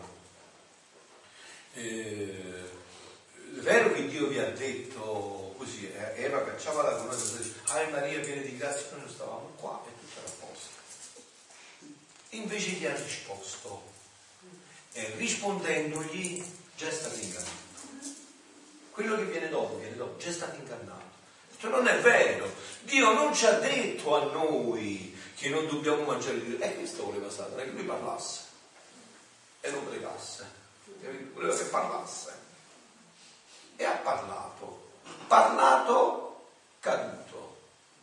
eh, è vero che Dio vi ha detto così, eh, Eva cacciava la corona e diceva: ah Maria piena di grazia, noi stavamo qua e tutto era a posto. Invece gli ha risposto, e rispondendogli già è stato ingannato. Quello che viene dopo, viene dopo, già è stato ingannato. Cioè, non è vero, Dio non ci ha detto a noi che non dobbiamo mangiare di Dio. E questo voleva Satana, che lui parlasse e non pregasse, voleva che parlasse. E ha parlato, parlato, caduto.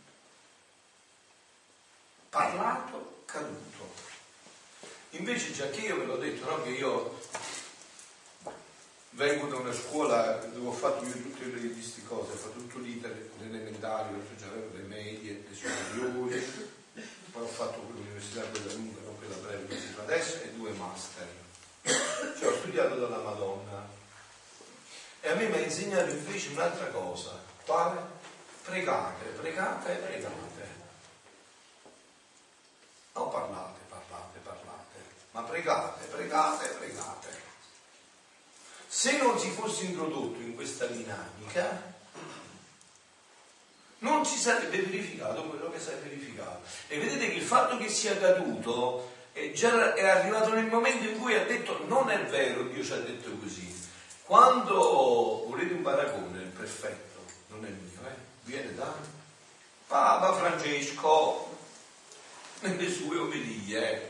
Parlato, caduto. Invece già che io ve l'ho detto, no? Che io vengo da una scuola dove ho fatto io tutte le queste cose, ho fatto tutto l'iter, le elementari, le medie, le superiori, poi ho fatto l'università quella lunga, non quella breve che si fa adesso, e due master. Cioè ho studiato dalla Madonna. E a me mi ha insegnato invece un'altra cosa. Quale? Pregate, pregate, pregate. Non parlate, parlate, parlate, ma pregate, pregate, pregate. Se non si fosse introdotto in questa dinamica, non si sarebbe verificato quello che si è verificato. E vedete che il fatto che sia caduto è già è arrivato nel momento in cui ha detto: non è vero, Dio ci ha detto così. Quando volete un paragone, il perfetto, non è mio, eh? Viene da Papa Francesco nelle sue omelie.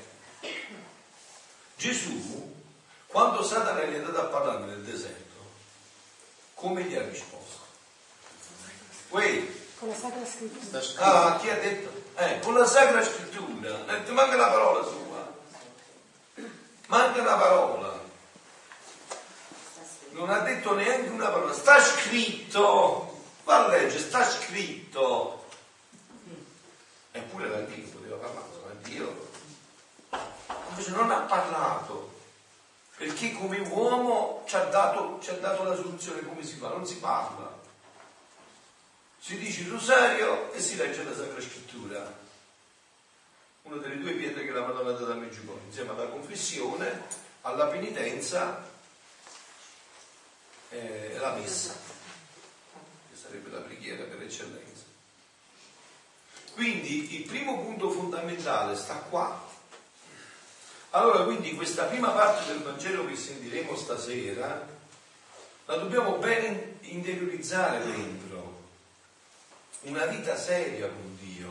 Gesù, quando Satana gli è andato a parlare nel deserto, come gli ha risposto? Uè, con la Sacra Scrittura. Ah, chi ha detto? Eh, con la Sacra Scrittura, non ti manca la parola sua. manca una parola. Non ha detto neanche una parola. Sta scritto, va a leggere, sta scritto. Eppure la Dio poteva parlare, ma Dio invece non ha parlato, perché come uomo ci ha dato, ci ha dato la soluzione. Come si fa? Non si parla, si dice il rosario e si legge la Sacra Scrittura, una delle due pietre che la Madonna ha dato a Meggiugorje, insieme alla confessione, alla penitenza e la messa, che sarebbe la preghiera per eccellenza. Quindi il primo punto fondamentale sta qua. Allora, quindi questa prima parte del Vangelo che sentiremo stasera la dobbiamo ben interiorizzare dentro. Una vita seria con Dio,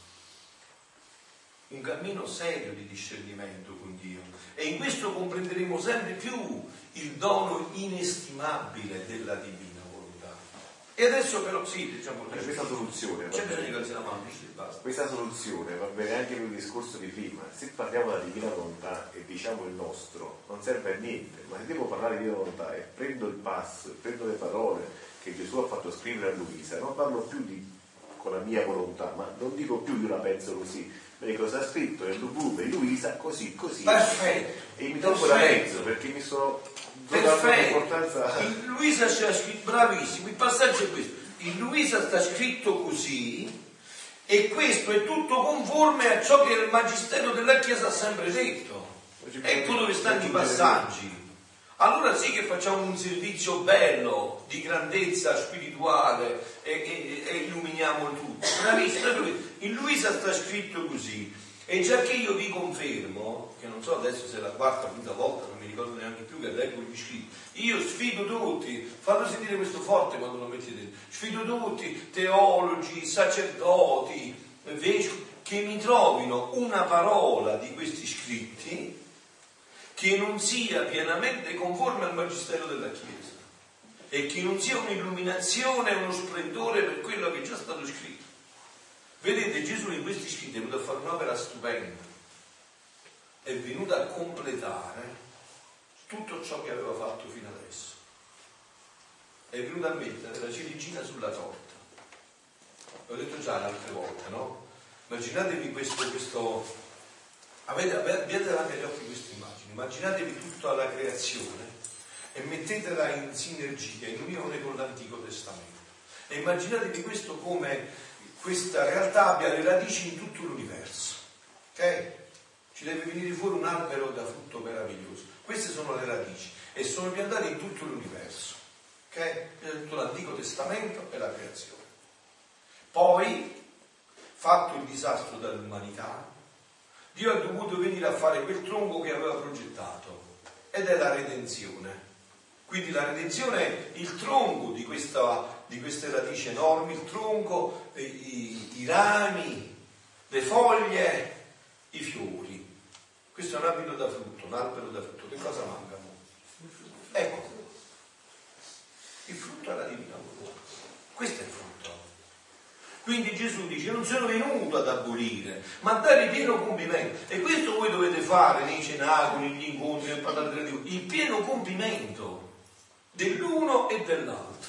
un cammino serio di discernimento con Dio, e in questo comprenderemo sempre più il dono inestimabile della divina volontà. E adesso però sì, diciamo, questa soluzione c'è bisogno che la mano, basta. Questa soluzione va bene anche per il discorso di prima. Se parliamo della divina volontà e diciamo il nostro, non serve a niente, ma se devo parlare di divina volontà e prendo il passo, prendo le parole che Gesù ha fatto scrivere a Luisa, non parlo più di con la mia volontà, ma non dico più io la penso così, perché cosa ha scritto nel volume Luisa così così. Perfetto. E mi tolgo da mezzo perché mi sono dotato un'importanza. In Luisa c'è scritto, bravissimo, il passaggio è questo. In Luisa sta scritto così, e questo è tutto conforme a ciò che il Magistero della Chiesa ha sempre detto. Ecco dove stanno i passaggi. Allora sì che facciamo un servizio bello, di grandezza spirituale, e, e, e illuminiamo tutto. In Luisa sta scritto così. E già che io vi confermo, che non so adesso se è la quarta o quinta volta, non mi ricordo neanche più che leggo gli scritti, io sfido tutti, fatelo sentire questo forte quando lo mettete dentro, sfido tutti, teologi, sacerdoti, vescovi, che mi trovino una parola di questi scritti che non sia pienamente conforme al Magistero della Chiesa e che non sia un'illuminazione e uno splendore per quello che è già stato scritto. Vedete, Gesù in questi scritti è venuto a fare un'opera stupenda, è venuto a completare tutto ciò che aveva fatto fino adesso, è venuto a mettere la ciliegina sulla torta. L'ho detto già altre volte, no? Immaginatevi questo, questo avete, abbiate davanti agli occhi questa immagine, immaginatevi tutta la creazione e mettetela in sinergia, in unione con l'Antico Testamento, e immaginatevi questo come questa realtà abbia le radici in tutto l'universo, ok? Ci deve venire fuori un albero da frutto meraviglioso. Queste sono le radici e sono piantate in tutto l'universo, ok? Tutto l'Antico Testamento e la creazione. Poi, fatto il disastro dall'umanità, Dio ha dovuto venire a fare quel tronco che aveva progettato, ed è la redenzione. Quindi la redenzione è il tronco di, questa, di queste radici enormi, il tronco, i, i, i rami, le foglie, i fiori. Questo è un abito da frutto, un albero da frutto. Che cosa manca? Ecco, il frutto è la divina volontà. Questo è il frutto. Quindi Gesù dice: non sono venuto ad abolire, ma a dare pieno compimento. E questo voi dovete fare nei cenacoli, negli incontri, nel parlare della Dio, il pieno compimento dell'uno e dell'altro.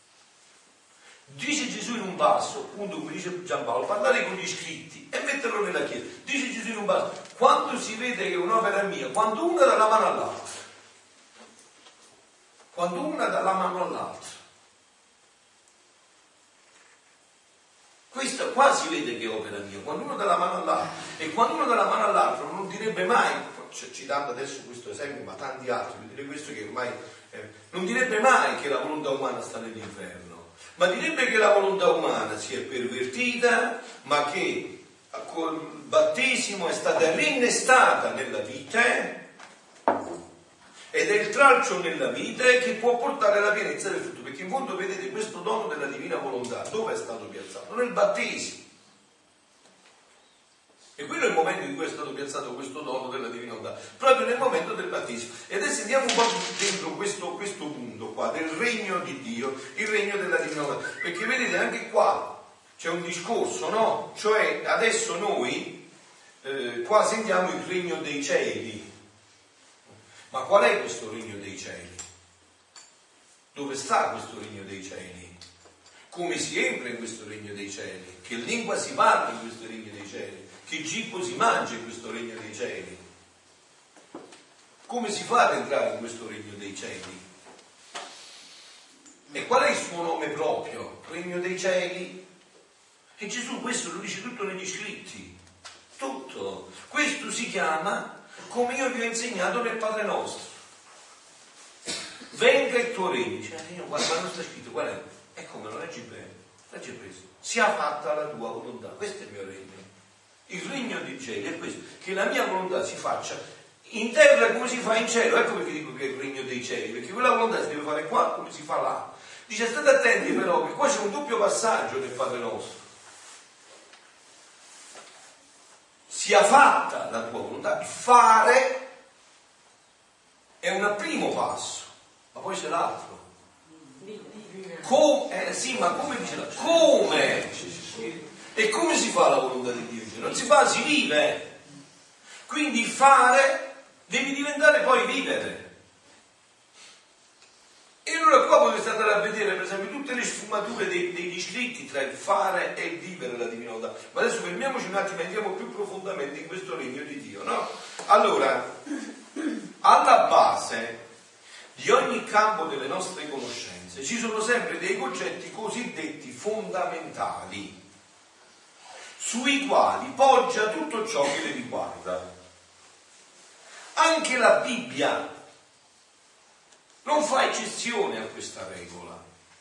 Dice Gesù in un passo, appunto come dice Giampaolo, parlare con gli scritti e metterlo nella Chiesa. Dice Gesù in un passo: quando si vede che un'opera è mia, quando una dà la mano all'altra, quando una dà la mano all'altra, questa qua si vede che è opera mia, quando uno dà la mano all'altro, e quando uno dà la mano all'altro non direbbe mai, citando adesso questo esempio ma tanti altri, vuol dire questo che ormai eh, non direbbe mai che la volontà umana sta nell'inferno, ma direbbe che la volontà umana si è pervertita, ma che col battesimo è stata rinnestata nella vita, ed è il tralcio nella vita che può portare alla pienezza del frutto, perché in fondo vedete questo dono della divina volontà dove è stato piazzato? Nel battesimo. E quello è il momento in cui è stato piazzato questo dono della divina volontà, proprio nel momento del battesimo. E adesso andiamo un po' dentro questo, questo punto qua del regno di Dio, il regno della divina volontà, perché vedete anche qua c'è un discorso, no? Cioè adesso noi eh, qua sentiamo il regno dei cieli, Ma qual è questo regno dei cieli? Dove sta questo regno dei cieli? Come si entra in questo regno dei cieli? Che lingua si parla in questo regno dei cieli? Che cibo si mangia in questo regno dei cieli? Come si fa ad entrare in questo regno dei cieli? E qual è il suo nome proprio? Regno dei cieli? E Gesù questo lo dice tutto negli scritti. Tutto. Questo si chiama, come io vi ho insegnato nel Padre nostro. Venga il tuo regno. Dice, Signore, guarda, non sta scritto, qual è? E come lo leggi bene? Leggi preso. Sia fatta la tua volontà. Questo è il mio regno. Il regno dei cieli è questo, che la mia volontà si faccia in terra come si fa in cielo. Ecco perché dico che è il regno dei cieli, perché quella volontà si deve fare qua come si fa là. Dice, state attenti però, che qua c'è un doppio passaggio nel Padre nostro. Sia fatta la tua volontà. Il fare è un primo passo, ma poi c'è l'altro. Come, eh, sì, ma come dice l'altro? Come? E come si fa la volontà di Dio? Non si fa, si vive. Quindi fare devi diventare poi vivere. E allora qua potete andare a vedere per esempio tutte le sfumature dei, degli scritti tra il fare e il vivere la divina volontà. Ma adesso fermiamoci un attimo e andiamo più profondamente in questo regno di Dio, no? Allora, alla base di ogni campo delle nostre conoscenze ci sono sempre dei concetti cosiddetti fondamentali sui quali poggia tutto ciò che le riguarda. Anche la Bibbia non fa eccezione a questa regola,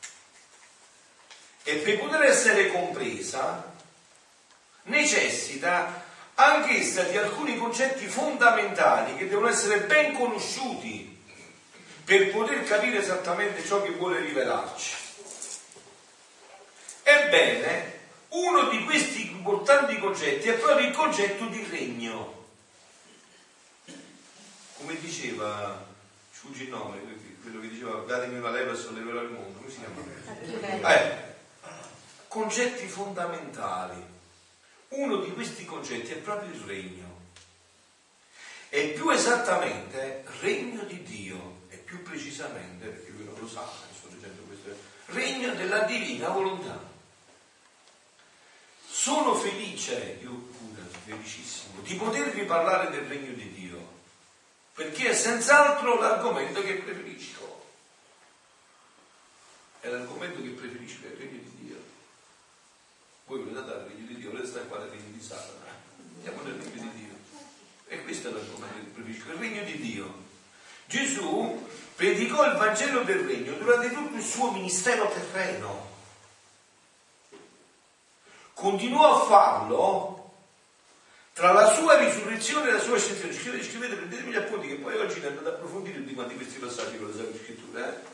e per poter essere compresa necessita anch'essa di alcuni concetti fondamentali che devono essere ben conosciuti per poter capire esattamente ciò che vuole rivelarci. Ebbene, uno di questi importanti concetti è proprio il concetto di regno. Come diceva, sfugge il nome, quello che diceva datemi una leva e solleverò il mondo, come si chiama? Eh, concetti fondamentali. Uno di questi concetti è proprio il regno, e più esattamente regno di Dio, e più precisamente, perché lui non lo sa, sto dicendo questo, regno della divina volontà. Sono felice, io pure, felicissimo, di potervi parlare del regno di Dio, perché è senz'altro l'argomento che preferisco. È l'argomento che preferisco, è il regno di Dio. Voi volete andare al regno di Dio, volete stare qua nel regno di Satana. Andiamo nel regno di Dio. E questo è l'argomento che preferisco, il regno di Dio. Gesù predicò il Vangelo del regno durante tutto il suo ministero terreno. Continuò a farlo tra la sua risurrezione e la sua ascensione. Scrivete, scrivete, prendetemi gli appunti, che poi oggi andate ad approfondire tutti quanti questi passaggi con la Sacra Scrittura. Eh?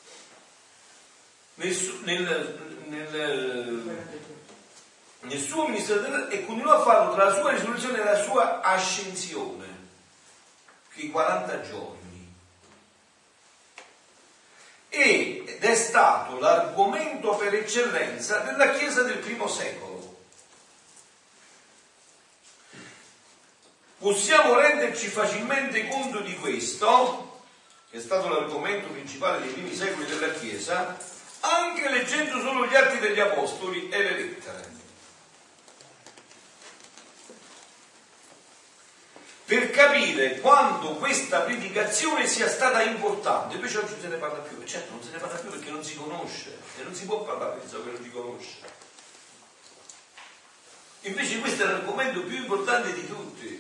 Nel, nel, nel, nel suo ministero terreno, e continuò a farlo tra la sua risurrezione e la sua ascensione, che i quaranta giorni. Ed è stato l'argomento per eccellenza della Chiesa del primo secolo. Possiamo renderci facilmente conto di questo, che è stato l'argomento principale dei primi secoli della Chiesa, anche leggendo solo gli Atti degli Apostoli e le lettere. Per capire quanto questa predicazione sia stata importante. Invece oggi non se ne parla più, certo non se ne parla più perché non si conosce, e non si può parlare di ciò che non si conosce. Invece questo è l'argomento più importante di tutti.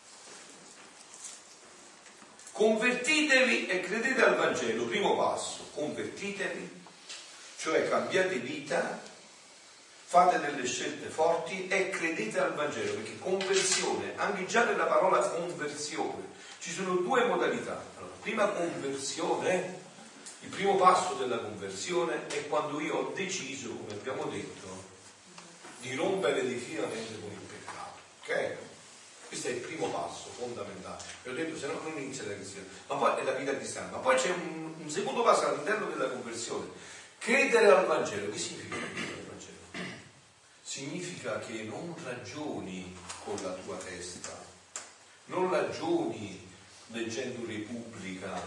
Convertitevi e credete al Vangelo, primo passo, convertitevi, cioè cambiate vita, fate delle scelte forti e credete al Vangelo, perché conversione, anche già nella parola conversione, ci sono due modalità. Allora, prima conversione, il primo passo della conversione è quando io ho deciso, come abbiamo detto, di rompere definitivamente con il peccato, ok? Questo è il primo passo fondamentale. Vi ho detto, se no non inizia la cristiana, ma poi è la vita cristiana. Ma poi c'è un, un secondo passo all'interno della conversione. Credere al Vangelo. Che significa credere al Vangelo? Significa che non ragioni con la tua testa, non ragioni leggendo Repubblica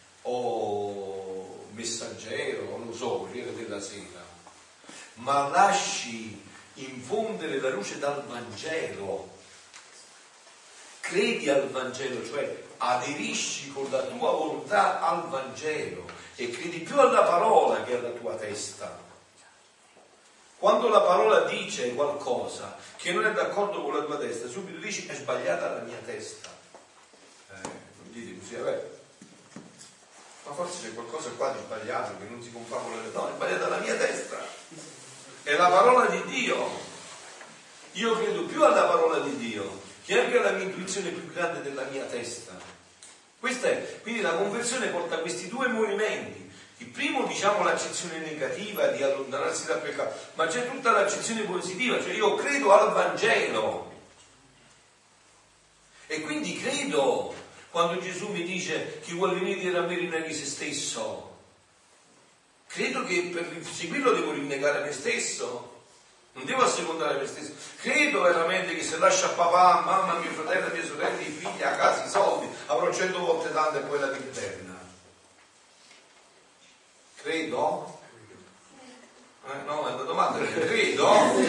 o Messaggero, o non so, Corriere della Sera, ma lasci infondere la luce dal Vangelo, credi al Vangelo, cioè aderisci con la tua volontà al Vangelo e credi più alla parola che alla tua testa. Quando la parola dice qualcosa che non è d'accordo con la tua testa, subito dici è sbagliata la mia testa. Eh, non dite così, vabbè, ma forse c'è qualcosa qua di sbagliato che non si confà con la testa. No, è sbagliata la mia testa. È la parola di Dio. Io credo più alla parola di Dio che anche alla mia intuizione più grande della mia testa. Questa è, quindi la conversione porta a questi due movimenti. Il primo, diciamo, l'accezione negativa di allontanarsi dal peccato, ma c'è tutta l'accezione positiva, cioè io credo al Vangelo e quindi credo quando Gesù mi dice chi vuole venire a me rinneghi se stesso. Credo che per seguirlo devo rinnegare me stesso, non devo assecondare me stesso. Credo veramente che se lascio a papà, mamma, mio fratello, mie sorelle, i figli, a casa, i soldi, avrò cento volte tanto e poi la vita eterna. Credo? Eh, no, è una domanda, credo?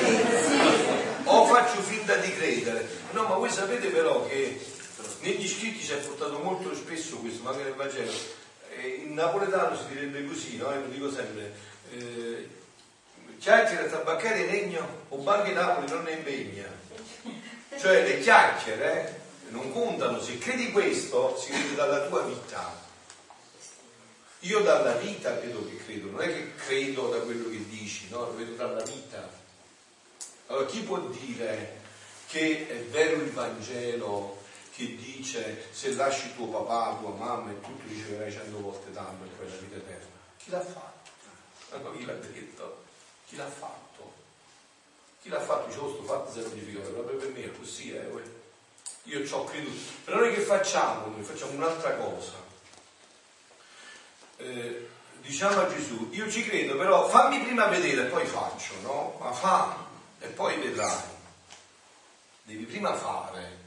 O faccio finta di credere? No, ma voi sapete però che negli scritti ci è portato molto spesso questo, ma anche nel Vangelo. Eh, in napoletano si direbbe così, no? Io lo dico sempre. Eh, chiacchiere, tabacchiere, legno, o banche Napoli non ne impegna. Cioè le chiacchiere eh, non contano, se credi questo si vede dalla tua vita. Io dalla vita credo che credo, non è che credo da quello che dici, no? Lo vedo dalla vita. Allora chi può dire che è vero il Vangelo che dice se lasci tuo papà, tua mamma e tutto riceverai cento volte tanto e poi la vita eterna? Chi l'ha fatto? Allora, chi l'ha detto? Chi l'ha fatto? Chi l'ha fatto? Dice, oh, sto fatto se significa proprio per me, è così, eh, io ci ho creduto. Però noi che facciamo? Noi facciamo un'altra cosa. Eh, diciamo a Gesù, io ci credo, però fammi prima vedere e poi faccio, no? Ma fa e poi vedrai. Devi prima fare.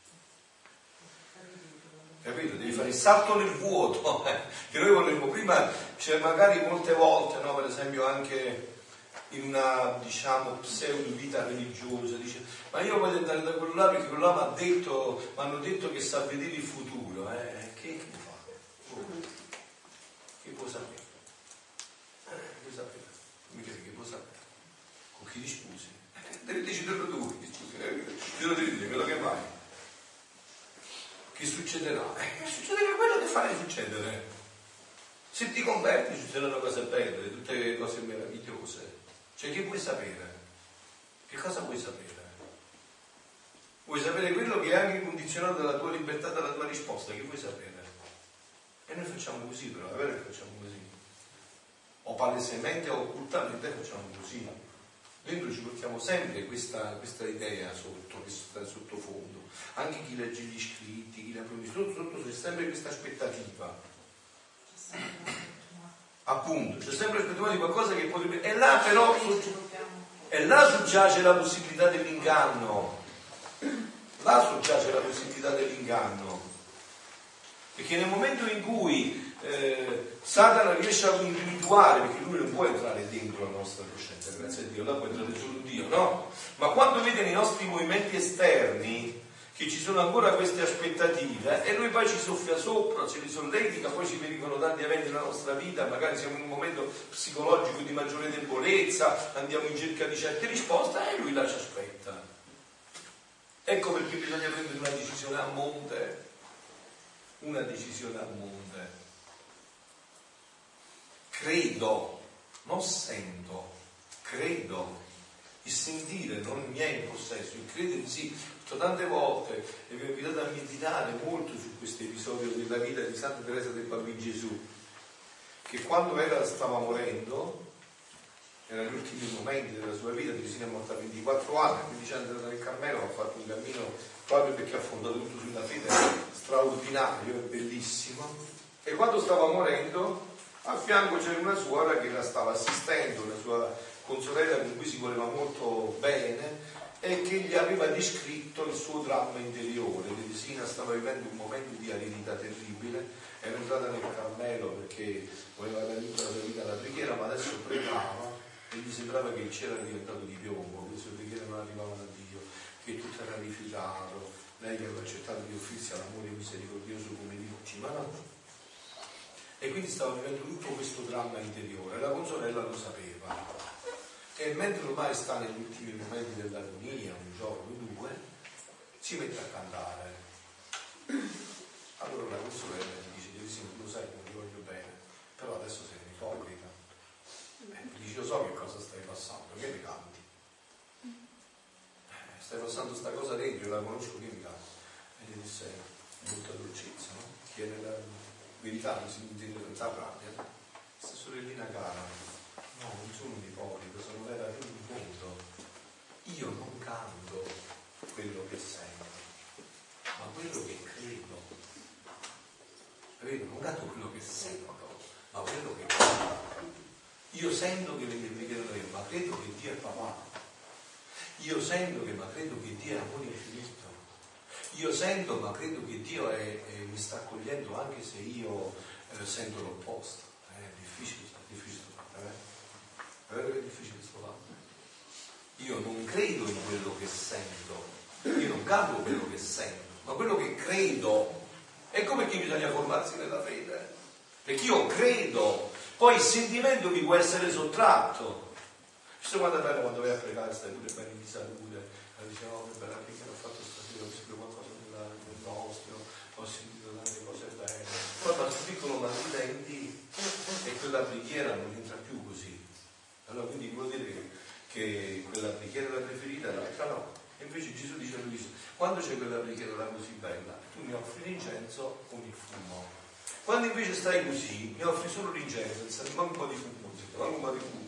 Capito? Devi fare il salto nel vuoto, eh? Che noi vorremmo prima, cioè magari molte volte, no? Per esempio anche in una, diciamo, pseudo vita religiosa, dice, ma io voglio andare da quello là perché quello là mi ha detto, mi hanno detto che sa vedere il futuro, eh? Che, che fa? Oh. Che può sapere? Eh, che può sapere? Mi credi che può sapere? Con chi ti scusi? Eh, devi deciderlo tu, ti scusi, eh? Te lo devi dire, quello che vai. Che succederà? Eh, succederà quello che farai succedere. Se ti converti succedono cose belle, tutte cose meravigliose. Cioè che vuoi sapere? Che cosa vuoi sapere? Vuoi sapere quello che è anche condizionato dalla tua libertà, dalla tua risposta? Che vuoi sapere? E noi facciamo così, però è vero che facciamo così. O palesemente o occultamente facciamo così. Dentro ci portiamo sempre questa, questa idea sotto, questo sottofondo. Anche chi legge gli scritti, chi la sotto, sotto c'è sempre questa aspettativa. Appunto, c'è sempre l'aspettativa di qualcosa che potrebbe. E là però e là soggiace la possibilità dell'inganno. Là soggiace la possibilità dell'inganno. Perché nel momento in cui eh, Satana riesce a individuare, perché lui non può entrare dentro la nostra coscienza, grazie a Dio, là può entrare solo Dio, no? Ma quando vede nei nostri movimenti esterni che ci sono ancora queste aspettative e lui poi ci soffia sopra, ce li solletica, poi ci vengono tanti eventi nella nostra vita, magari siamo in un momento psicologico di maggiore debolezza, andiamo in cerca di certe risposte e lui là ci aspetta. Ecco perché bisogna prendere una decisione a monte. Una decisione a monte. Credo, non sento, credo. Il sentire non mi è in possesso, il credere sì. Tante volte e vi ho invitato a meditare molto su questo episodio della vita di Santa Teresa del Bambino Gesù, che quando era, stava morendo, erano gli ultimi momenti della sua vita, Teresina è morta a ventiquattro anni, quindici anni nel Carmelo, ha fatto un cammino proprio perché ha fondato tutto sulla fede straordinario, bellissimo, e quando stava morendo a fianco c'era una suora che la stava assistendo, una sua consorella con cui si voleva molto bene, e che gli aveva descritto il suo dramma interiore. Teresina stava vivendo un momento di aridità terribile, era entrata nel Carmelo perché voleva dare tutta la sua vita alla preghiera, ma adesso pregava e gli sembrava che il cielo era diventato di piombo, che le sue preghiere non arrivavano a Dio, che tutto era rifiutato, lei che aveva accettato di offrirsi all'amore misericordioso come vittima, no? E quindi stava vivendo tutto questo dramma interiore, la consorella lo sapeva. E mentre ormai sta negli ultimi momenti dell'agonia, un giorno o due, si mette a cantare. Allora la consorella gli dice: Teresina, tu lo sai che non ti voglio bene, però adesso sei un ipocrita. Eh, dice: io so che cosa stai passando, che mi canti? Eh, stai passando sta cosa dentro, io la conosco, che mi canti? E gli disse molta dolcezza, no? Chiede la verità, non si arrabbia. Questa sorellina cara, no, non sono un ipocrita, sono vera fino in fondo. Io non canto quello che sento, ma quello che credo. Capito? Non canto quello che sento, ma quello che credo. Io sento che le mie preghiere non è, ma credo che Dio è papà. Io sento che, ma credo che Dio è amore infinito. Io sento, ma credo che Dio è, è, mi sta accogliendo anche se io eh, sento l'opposto. È difficile, è difficile. È vero che è difficile trovare. Io non credo in quello che sento, io non canto quello che sento, ma quello che credo. Ecco perché bisogna formarsi nella fede, perché io credo, poi il sentimento mi può essere sottratto. Visto quando è bello quando vai a pregare, stai pure bene di salute, e dici: oh, che bella che ho fatto stasera, ho sentito qualcosa nella, nel nostro, ho sentito tante cose belle. Poi ma sul piccolo ma diventi e quella preghiera non entra più così. Allora quindi vuol dire che, che quella preghiera è la preferita, l'altra no. E invece Gesù dice a Luisa: quando c'è quella preghiera là così bella, tu mi offri l'incenso con il fumo. Quando invece stai così, mi offri solo l'incenso, senza un po' di fumo, senza un po' di fumo.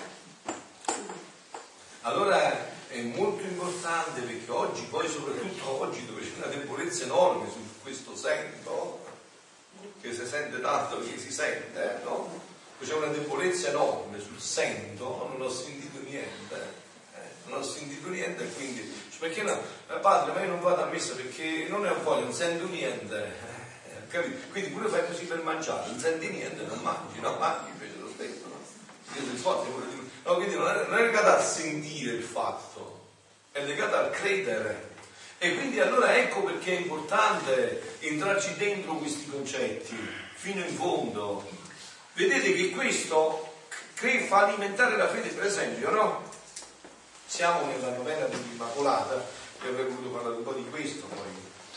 Allora è molto importante, perché oggi, poi soprattutto oggi, dove c'è una debolezza enorme su questo sento, che si sente tanto perché si sente, no? C'è una debolezza enorme sul sento, non ho sentito niente, eh? non ho sentito niente, e quindi perché no? Padre, ma io non vado a messa perché non ne ho voglia, non sento niente, eh? Capito? Quindi pure fai così per mangiare, non senti niente, non mangi, no? Mangi invece lo stesso, no? No, quindi non è, non è legato a sentire il fatto, è legato al credere. E quindi allora ecco perché è importante entrarci dentro questi concetti fino in fondo. Vedete che questo fa alimentare la fede, per esempio, no? Siamo nella novena dell'Immacolata, e avrei voluto parlare un po' di questo, poi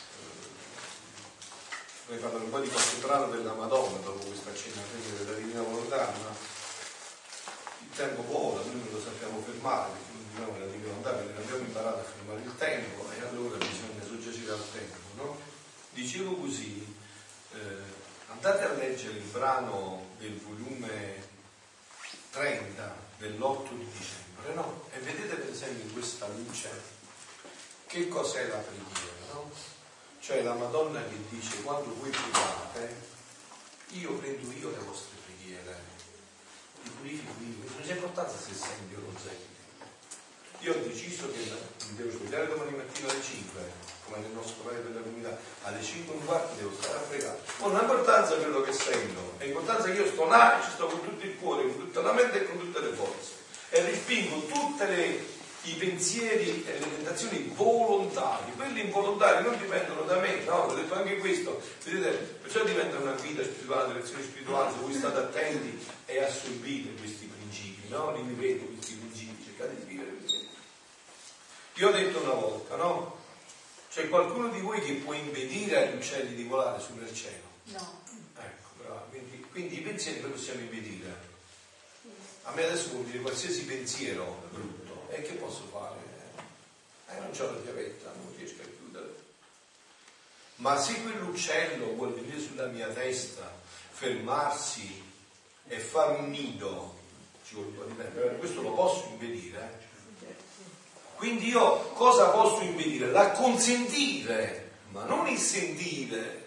vorrei parlare un po' di qualche brano della Madonna dopo questa cena della Divina Volontà, ma il tempo vola, noi non lo sappiamo fermare, perché non dobbiamo nella Divina Volontà, perché non abbiamo imparato a fermare il tempo, e allora bisogna soggiacere al tempo, no? Dicevo così, eh, andate a leggere il brano del volume trenta dell'otto di dicembre, no? E vedete per esempio in questa luce che cos'è la preghiera, no? Cioè la Madonna che dice: quando voi pregate, io prendo io le vostre preghiere, li purifico io, non c'è importanza se senti o non senti. Io ho deciso che mi devo svegliare domani mattina alle cinque, come nel nostro orario della comunità, alle cinque e un quarto devo stare a pregare. Non ha importanza quello che sento, è importanza che io sto là e ci sto con tutto il cuore, con tutta la mente e con tutte le forze. E respingo tutti i pensieri e le tentazioni volontari. Quelli involontari non dipendono da me, no? Ho detto anche questo. Vedete, perciò diventa una guida spirituale, una lezione spirituale, se voi state attenti e assorbite questi principi, no? Li ripeto questi principi, cercate di vivere questi. Io ho detto una volta, no? C'è qualcuno di voi che può impedire agli uccelli di volare su nel cielo? No. Ecco, bravo. Quindi, quindi i pensieri li possiamo impedire. A me adesso vuol dire qualsiasi pensiero brutto. E che posso fare? Eh, non c'ho la chiavetta, non riesco a chiudere. Ma se quell'uccello vuole venire sulla mia testa, fermarsi e fare un nido, ci vuole un po' di tempo, questo lo posso impedire, eh? Quindi io cosa posso impedire? L'acconsentire, ma non il sentire.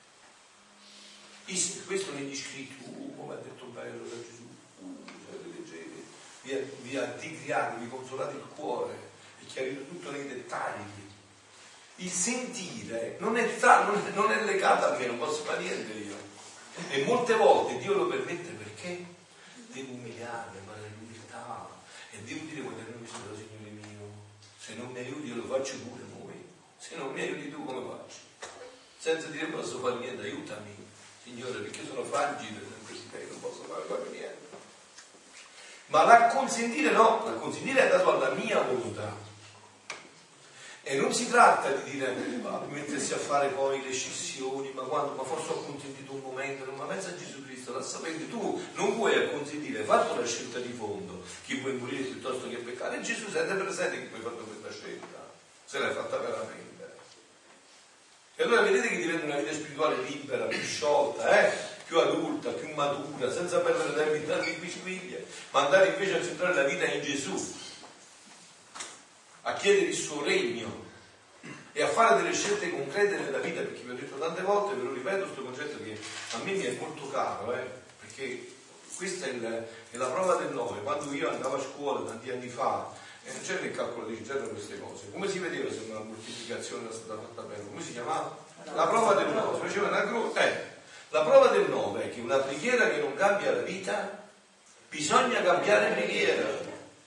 Questo negli scritti, uh, come ha detto bello da Gesù, uh, leggete, vi, vi attigriate, vi consolate il cuore, e chiarito tutto nei dettagli. Il sentire non è, non è, non è legato a me, non posso fare niente io. E molte volte Dio lo permette perché devo umiliarmi, ma nell'umiltà, e devo dire quando non mi sono, Signore mio, se non mi aiuti io lo faccio pure voi, se non mi aiuti tu come faccio? Senza dire non posso fare niente, aiutami Signore, perché io sono fragile in te, non posso fare, fare niente. Ma l'acconsentire no, l'acconsentire è dato alla mia volontà. E non si tratta di dire, ma mettersi a fare poi le scissioni, ma quando, ma forse ho consentito un momento, non, ma pensa a Gesù Cristo, la sapete, tu non vuoi acconsentire, hai fatto la scelta di fondo, chi vuoi morire piuttosto che peccare, e Gesù sente presente che tu hai fatto questa scelta, se l'hai fatta veramente. E allora vedete che diventa una vita spirituale libera, più sciolta, eh? più adulta, più matura, senza perdere tempo in di quisquiglie, ma andare invece a centrare la vita in Gesù, a chiedere il suo regno e a fare delle scelte concrete nella vita, perché vi ho detto tante volte, ve lo ripeto, questo concetto che a me mi è molto caro, eh? perché questa è, il, è la prova del nove. Quando io andavo a scuola tanti anni fa, e non c'era il calcolo di c'erano queste cose, come si vedeva se una moltiplicazione era stata fatta bene? Come si chiamava? La prova del nove, faceva una croce. Eh, la prova del nove è che una preghiera che non cambia la vita, bisogna cambiare preghiera.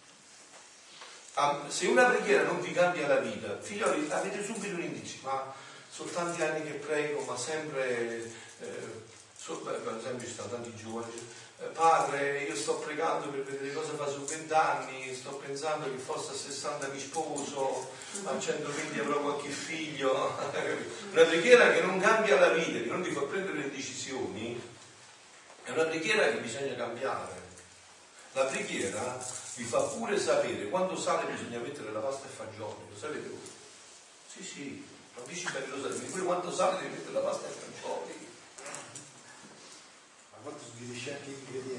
Se una preghiera non vi cambia la vita, figlioli, avete subito un indizio, ma sono tanti anni che prego, ma sempre, eh, so, beh, per esempio ci stanno tanti giovani, eh, padre, io sto pregando per vedere cosa fa su vent'anni, sto pensando che forse a sessanta mi sposo, a centoventi avrò qualche figlio. Una preghiera che non cambia la vita, che non ti fa prendere le decisioni, è una preghiera che bisogna cambiare. La preghiera vi fa pure sapere quando sale bisogna mettere la pasta e fagioli, lo sapete voi? Sì, sì, capisci bene, lo sapete, pure quando sale devi mettere la pasta e fagioli. Ma quando svilisce anche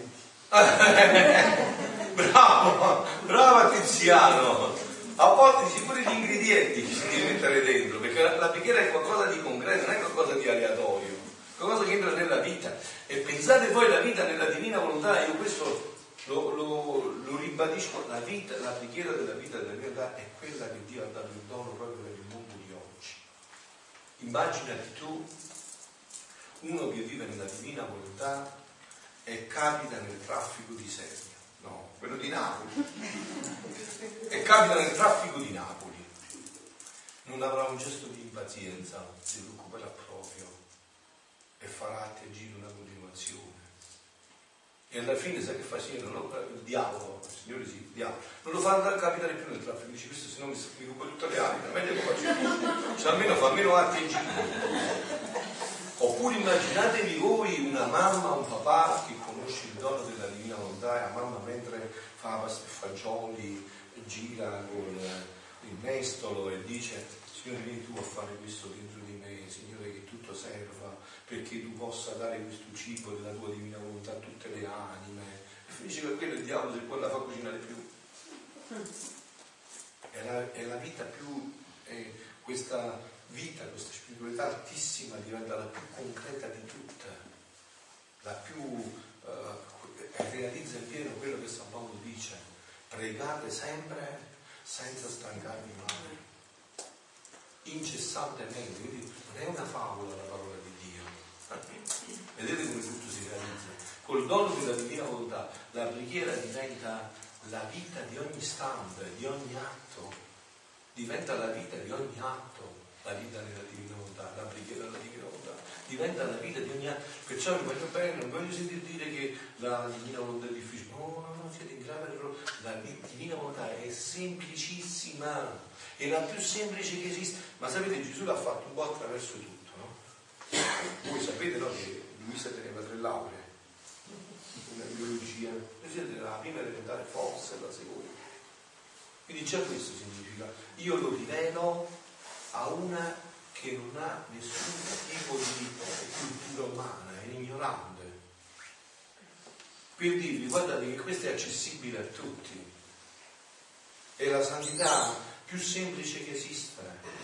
gli ingredienti. Bravo, bravo Tiziano. A volte dici pure gli ingredienti che si devi mettere dentro, perché la, la preghiera è qualcosa di concreto, non è qualcosa di aleatorio, qualcosa che entra nella vita. E pensate poi la vita nella divina volontà, io questo Lo, lo, lo ribadisco, la vita, la preghiera della vita della mia vita è quella che Dio ha dato il dono proprio per il mondo di oggi. Immaginati tu uno che vive nella divina volontà e capita nel traffico di Serbia, no, quello di Napoli, e capita nel traffico di Napoli, non avrà un gesto di impazienza, si preoccuperà proprio e farà atti e giri una continuazione. E alla fine sai che fa? Sì, non lo, il diavolo, il Signore sì, il diavolo, non lo fa andare a capitare più nel traffico, dice questo se no mi sviluppo tutte le anime, meglio che faccio più, cioè almeno fa meno atti e giri. Oppure immaginatevi voi una mamma, un papà che conosce il dono della divina volontà e la mamma mentre fa pasta e fagioli gira con il mestolo e dice Signore vieni tu a fare questo dentro di me, Signore che tutto serva perché tu possa dare questo cibo della tua divina volontà a tutte le anime. E finisce per quello il diavolo se poi la fa cucinare più. È la, è la vita più, è questa vita, questa spiritualità altissima diventa la più concreta di tutte, la più uh, realizza in pieno quello che San Paolo dice, pregate sempre senza stancarvi mai, incessantemente, quindi non è una favola la parola di Dio. Vedete come tutto si realizza? Col dono della divina volontà la preghiera diventa la vita di ogni istante, di ogni atto, diventa la vita di ogni atto, la vita nella divina volontà, la preghiera della divina volontà, diventa la vita di ogni atto. Perciò mi voglio bene, non voglio sentire dire che la divina volontà è difficile, no, no, no, siete in grave errore, la divina volontà è semplicissima, è la più semplice che esiste, ma sapete Gesù l'ha fatto un po' attraverso tutto, no? Voi sapete no, che Luisa teneva tre lauree, una biologia, noi siete la prima elementare forse la seconda, quindi già questo significa io lo rivelo a una che non ha nessun tipo di cultura umana, è ignorante, per dirvi guardate che questo è accessibile a tutti, è la santità più semplice che esista,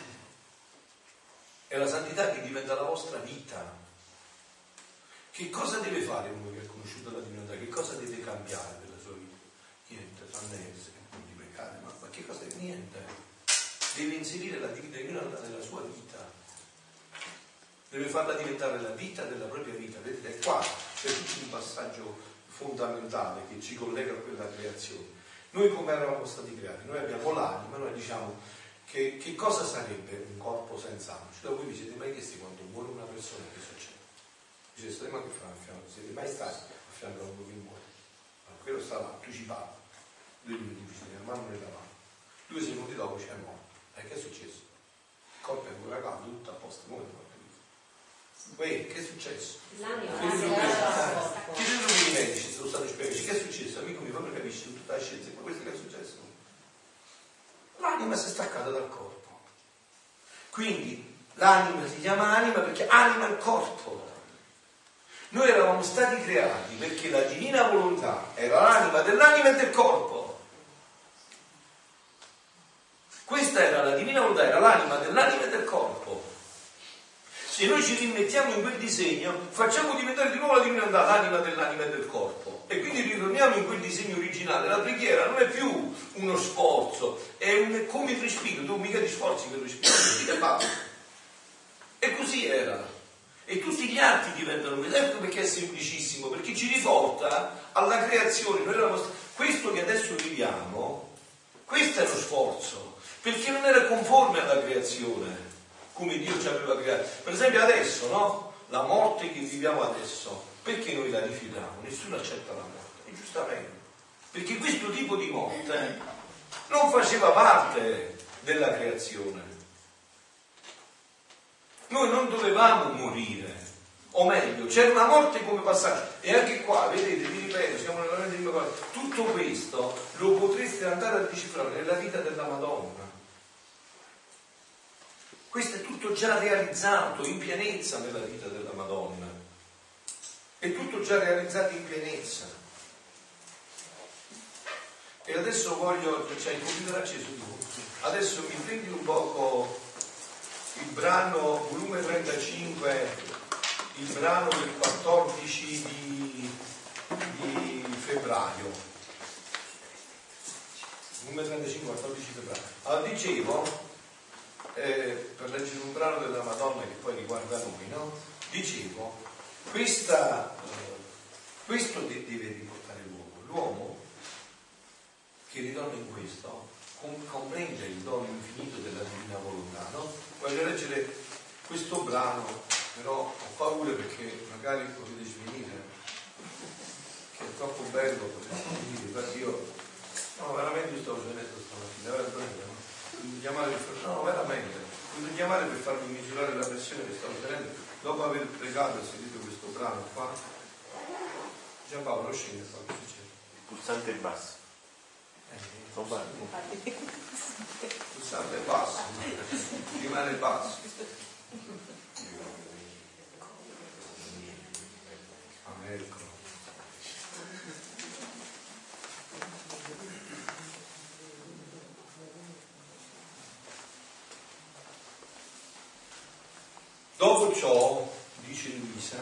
è la santità che diventa la vostra vita. Che cosa deve fare uno che ha conosciuto la divinità? Che cosa deve cambiare della sua vita? Niente, fa nesse, non di peccare, ma, ma che cosa deve? Niente. deve inserire la divinità nella sua vita, deve farla diventare la vita della propria vita. Vedete, qua c'è tutto un passaggio fondamentale che ci collega a quella creazione. Noi come eravamo stati creati? Noi abbiamo l'anima, noi diciamo che, che cosa sarebbe un corpo senza anima? Cioè, voi vi siete mai chiesti quando muore una persona che succede? Dice, state mai che fa a fianco? Siete mai stati a fianco a uno che muore? Allora, quello sta là, tu ci parli, lui mi dice, la mano nella mano, due secondi dopo c'è morto. E che è successo? Il corpo è ancora caldo, tutto a posto, come non ho capito? Poi, che è successo? Chiedete i medici, sono stati spiegati, che è successo? Amico mio, proprio capisci tutta la scienza, ma questo che è successo? L'anima si è staccata dal corpo. Quindi l'anima si chiama anima perché anima il corpo. Noi eravamo stati creati perché la divina volontà era l'anima dell'anima e del corpo. Questa era la divina volontà, era l'anima dell'anima e del corpo. Se noi ci rimettiamo in quel disegno, facciamo diventare di nuovo la divina volontà l'anima dell'anima e del corpo. E quindi ritorniamo in quel disegno originale. La preghiera non è più uno sforzo, è un, come il respiro, tu mica ti sforzi per respirare, e così era. E tutti gli atti diventano così. Ecco perché è semplicissimo, perché ci riporta alla creazione. Noi eravamo, questo che adesso viviamo, questo è lo sforzo, perché non era conforme alla creazione, come Dio ci aveva creato. Per esempio adesso, no? La morte che viviamo adesso, perché noi la rifiutiamo? Nessuno accetta la morte, e giustamente, perché questo tipo di morte non faceva parte della creazione. Noi non dovevamo morire, o meglio, c'era una morte come passaggio. E anche qua, vedete, vi ripeto, siamo nella mente di Madonna. Tutto questo lo potreste andare a decifrare nella vita della Madonna. Questo è tutto già realizzato in pienezza nella vita della Madonna. È tutto già realizzato in pienezza. E adesso voglio, cioè il computer acceso, adesso mi prendi un poco il brano, volume trentacinque, il brano del quattordici di, di febbraio. Volume trentacinque, quattordici febbraio. Allora dicevo, eh, per leggere un brano della Madonna che poi riguarda noi, no? Dicevo, questa, eh, questo deve riportare l'uomo. L'uomo che ritorna in questo comprende il dono infinito della divina volontà, no? Voglio leggere questo brano, però ho paura perché magari potete svenire, che è troppo bello, potete svenire, perché io, no, veramente io stavo svenendo stamattina, veramente, no? Devo chiamare per, no, veramente, devo chiamare per farmi misurare la pressione che stavo tenendo, dopo aver pregato e sentito questo brano qua. Giampaolo, scende, fa che succede? Pulsante in basso. Non va. Pulsante basso, rimane basso. Ah, ecco. Dopo ciò, dice Luisa,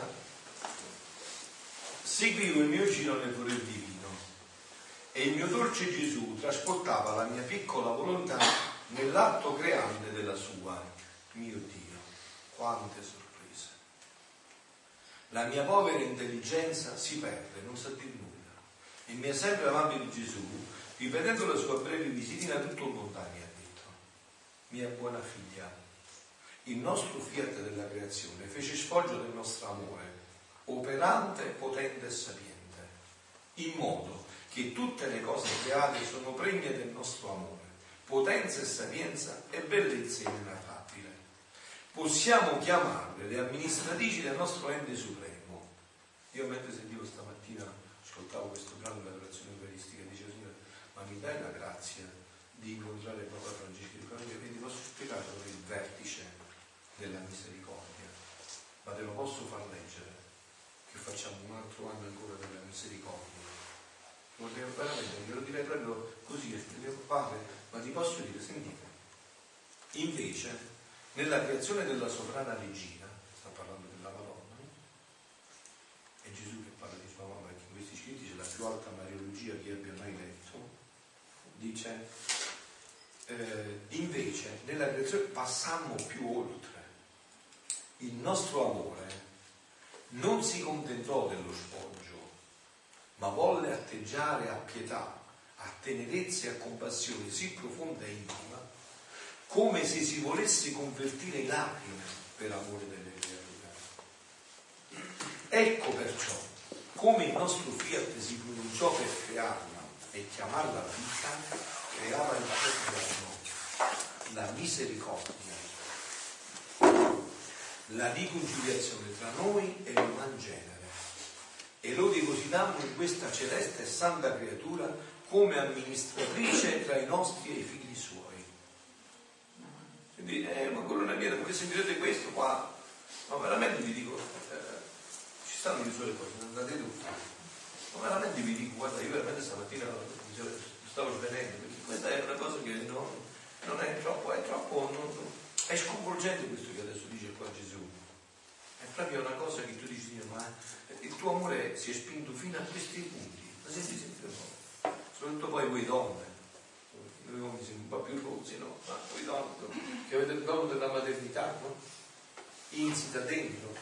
seguivo il mio giro nel voler divino. E il mio dolce Gesù trasportava la mia piccola volontà nell'atto creante della sua. Mio Dio, quante sorprese! La mia povera intelligenza si perde, non sa dir nulla. Il mio sempre amabile Gesù, ripetendo la sua breve visitina, tutto il mondo mi ha detto: mia buona figlia, il nostro fiat della creazione fece sfoggio del nostro amore, operante, potente e sapiente, in modo che tutte le cose create sono pregne del nostro amore, potenza e sapienza e bellezza inenarrabile. Possiamo chiamarle le amministratrici del nostro ente supremo. Io mentre sentivo stamattina, ascoltavo questo brano della relazione eucaristica e dicevo: Signore, ma mi dai la grazia di incontrare Papa Francesco di Colonia, quindi posso spiegare il vertice della misericordia, ma te lo posso far leggere, che facciamo un altro anno ancora della misericordia. Vorrei veramente, glielo direi proprio così, padre, ma ti posso dire, sentite, invece nella creazione della sovrana regina, sta parlando della Madonna, no? È Gesù che parla di sua mamma, perché in questi scritti c'è la più alta mariologia che io abbia mai letto, dice: eh, invece nella creazione passammo più oltre. Il nostro amore non si contentò dello sfoggio, ma volle atteggiare a pietà, a tenerezza e a compassione sì profonda e intima, come se si volesse convertire in lacrime per amore delle creature. Ecco perciò come il nostro Fiat si pronunciò per crearla e chiamarla vita, creava il perdono, la misericordia, la riconciliazione tra noi e l'uman genere, e lo depositammo in questa celeste e santa creatura come amministratrice tra i nostri e i figli suoi. Quindi, eh, ma quello non è vero, perché sentirete questo qua, ma veramente vi dico, eh, ci stanno le sue cose, non andate tutti, ma veramente vi dico, guarda, io veramente stamattina stavo svenendo, perché questa è una cosa che non, non è troppo, è troppo, non, è sconvolgente questo che adesso dice qua Gesù. È proprio una cosa che tu dici, ma il tuo amore si è spinto fino a questi punti, ma senti sempre no? Soprattutto poi voi donne, noi uomini siamo un po' più rozzi, no? Ma voi donne, che avete il dono della maternità, no? Insita dentro.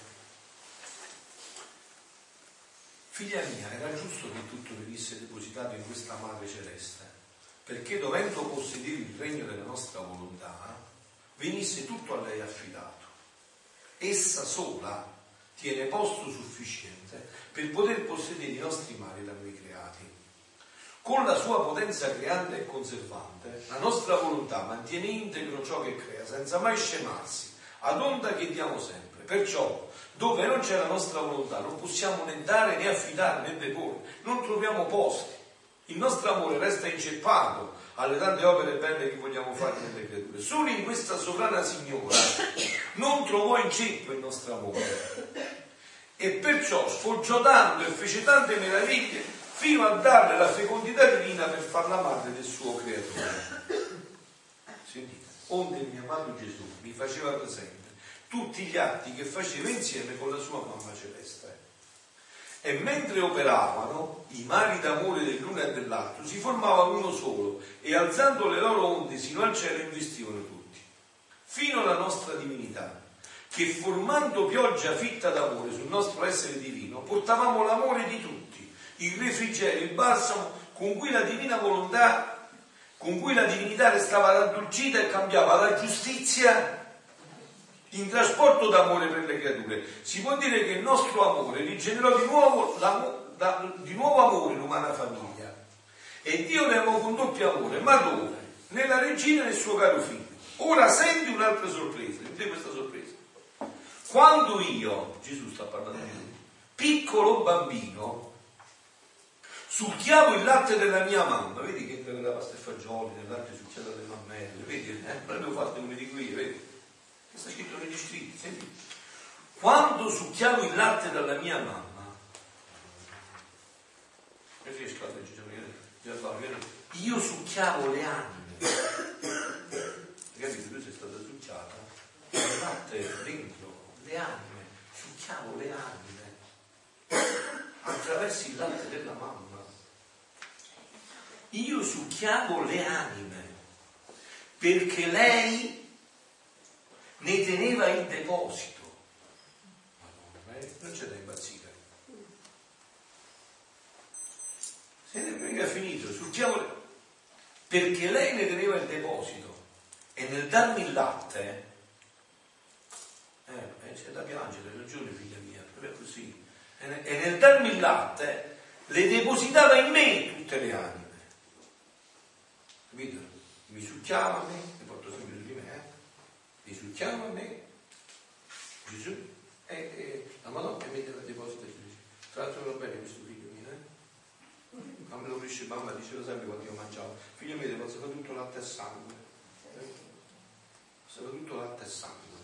Figlia mia, era giusto che tutto venisse depositato in questa Madre Celeste, perché dovendo possedere il regno della nostra volontà, venisse tutto a lei affidato. Essa sola tiene posto sufficiente per poter possedere i nostri mali da noi creati. Con la sua potenza creante e conservante, la nostra volontà mantiene integro ciò che crea, senza mai scemarsi, ad onda che diamo sempre. Perciò, dove non c'è la nostra volontà, non possiamo né dare né affidare né deporre, non troviamo posti. Il nostro amore resta inceppato alle tante opere belle che vogliamo fare nelle creature. Solo in questa sovrana Signora non trovò inceppo il nostro amore, e perciò sfoggiò tanto e fece tante meraviglie fino a darle la fecondità divina per farla madre del suo creatore. Sentite, onde il mio amato Gesù mi faceva presente tutti gli atti che faceva insieme con la sua mamma celeste. E mentre operavano, i mari d'amore dell'uno e dell'altro si formavano uno solo, e alzando le loro onde sino al cielo investivano tutti, fino alla nostra divinità, che formando pioggia fitta d'amore sul nostro essere divino, portavamo l'amore di tutti, il refrigerio, il balsamo con cui la divina volontà, con cui la divinità restava raddolcita e cambiava la giustizia in trasporto d'amore per le creature. Si può dire che il nostro amore rigenerò di nuovo, da, di nuovo amore l'umana famiglia, e Dio le amò con doppio amore. Ma dove? Nella regina e nel suo caro figlio. Ora senti un'altra sorpresa, sentite questa sorpresa. Quando io, Gesù sta parlando di lui, piccolo bambino, succhiavo il latte della mia mamma, vedi che nella pasta e fagioli, nel latte succhiato dalle mammelle, vedi, eh, proprio fatto come dico io, vedi? Sta scritto negli scritti, senti. Quando succhiavo il latte dalla mia mamma, io succhiavo le anime. Capite? Tu sei stata succhiata, il latte dentro, le anime, succhiavo le anime attraverso il latte della mamma. Io succhiavo le anime perché lei ne teneva il deposito. Madonna, eh? Non c'è da impazzire. Se ne venga finito, succhiamo perché lei ne teneva il deposito, e nel darmi il latte, eh, c'è da piangere, hai ragione figlia mia, proprio così, e, e nel darmi il latte le depositava in me tutte le anime. Capito? Mi succhiava a me, mi porto sempre su di me, eh? Mi succhiava a me Gesù e, e la Madonna mi mette la deposita di Gesù. Trattalo bene questo figlio mio, eh? Quando lo cresce mamma diceva sempre quando io mangiavo, figlio mio, posso fare tutto latte e sangue, posso fare tutto latte e sangue,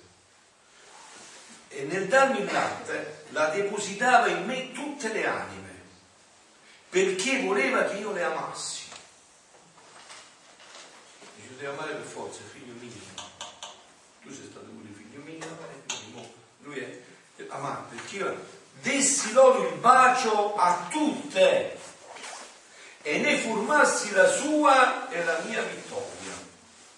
e nel darmi il latte la depositava in me tutte le anime perché voleva che io le amassi. Dice, devi amare per forza, figlio mio, tu sei stato pure figlio mio, e lui è amato perché io dessi loro il bacio a tutte e ne formassi la sua e la mia vittoria.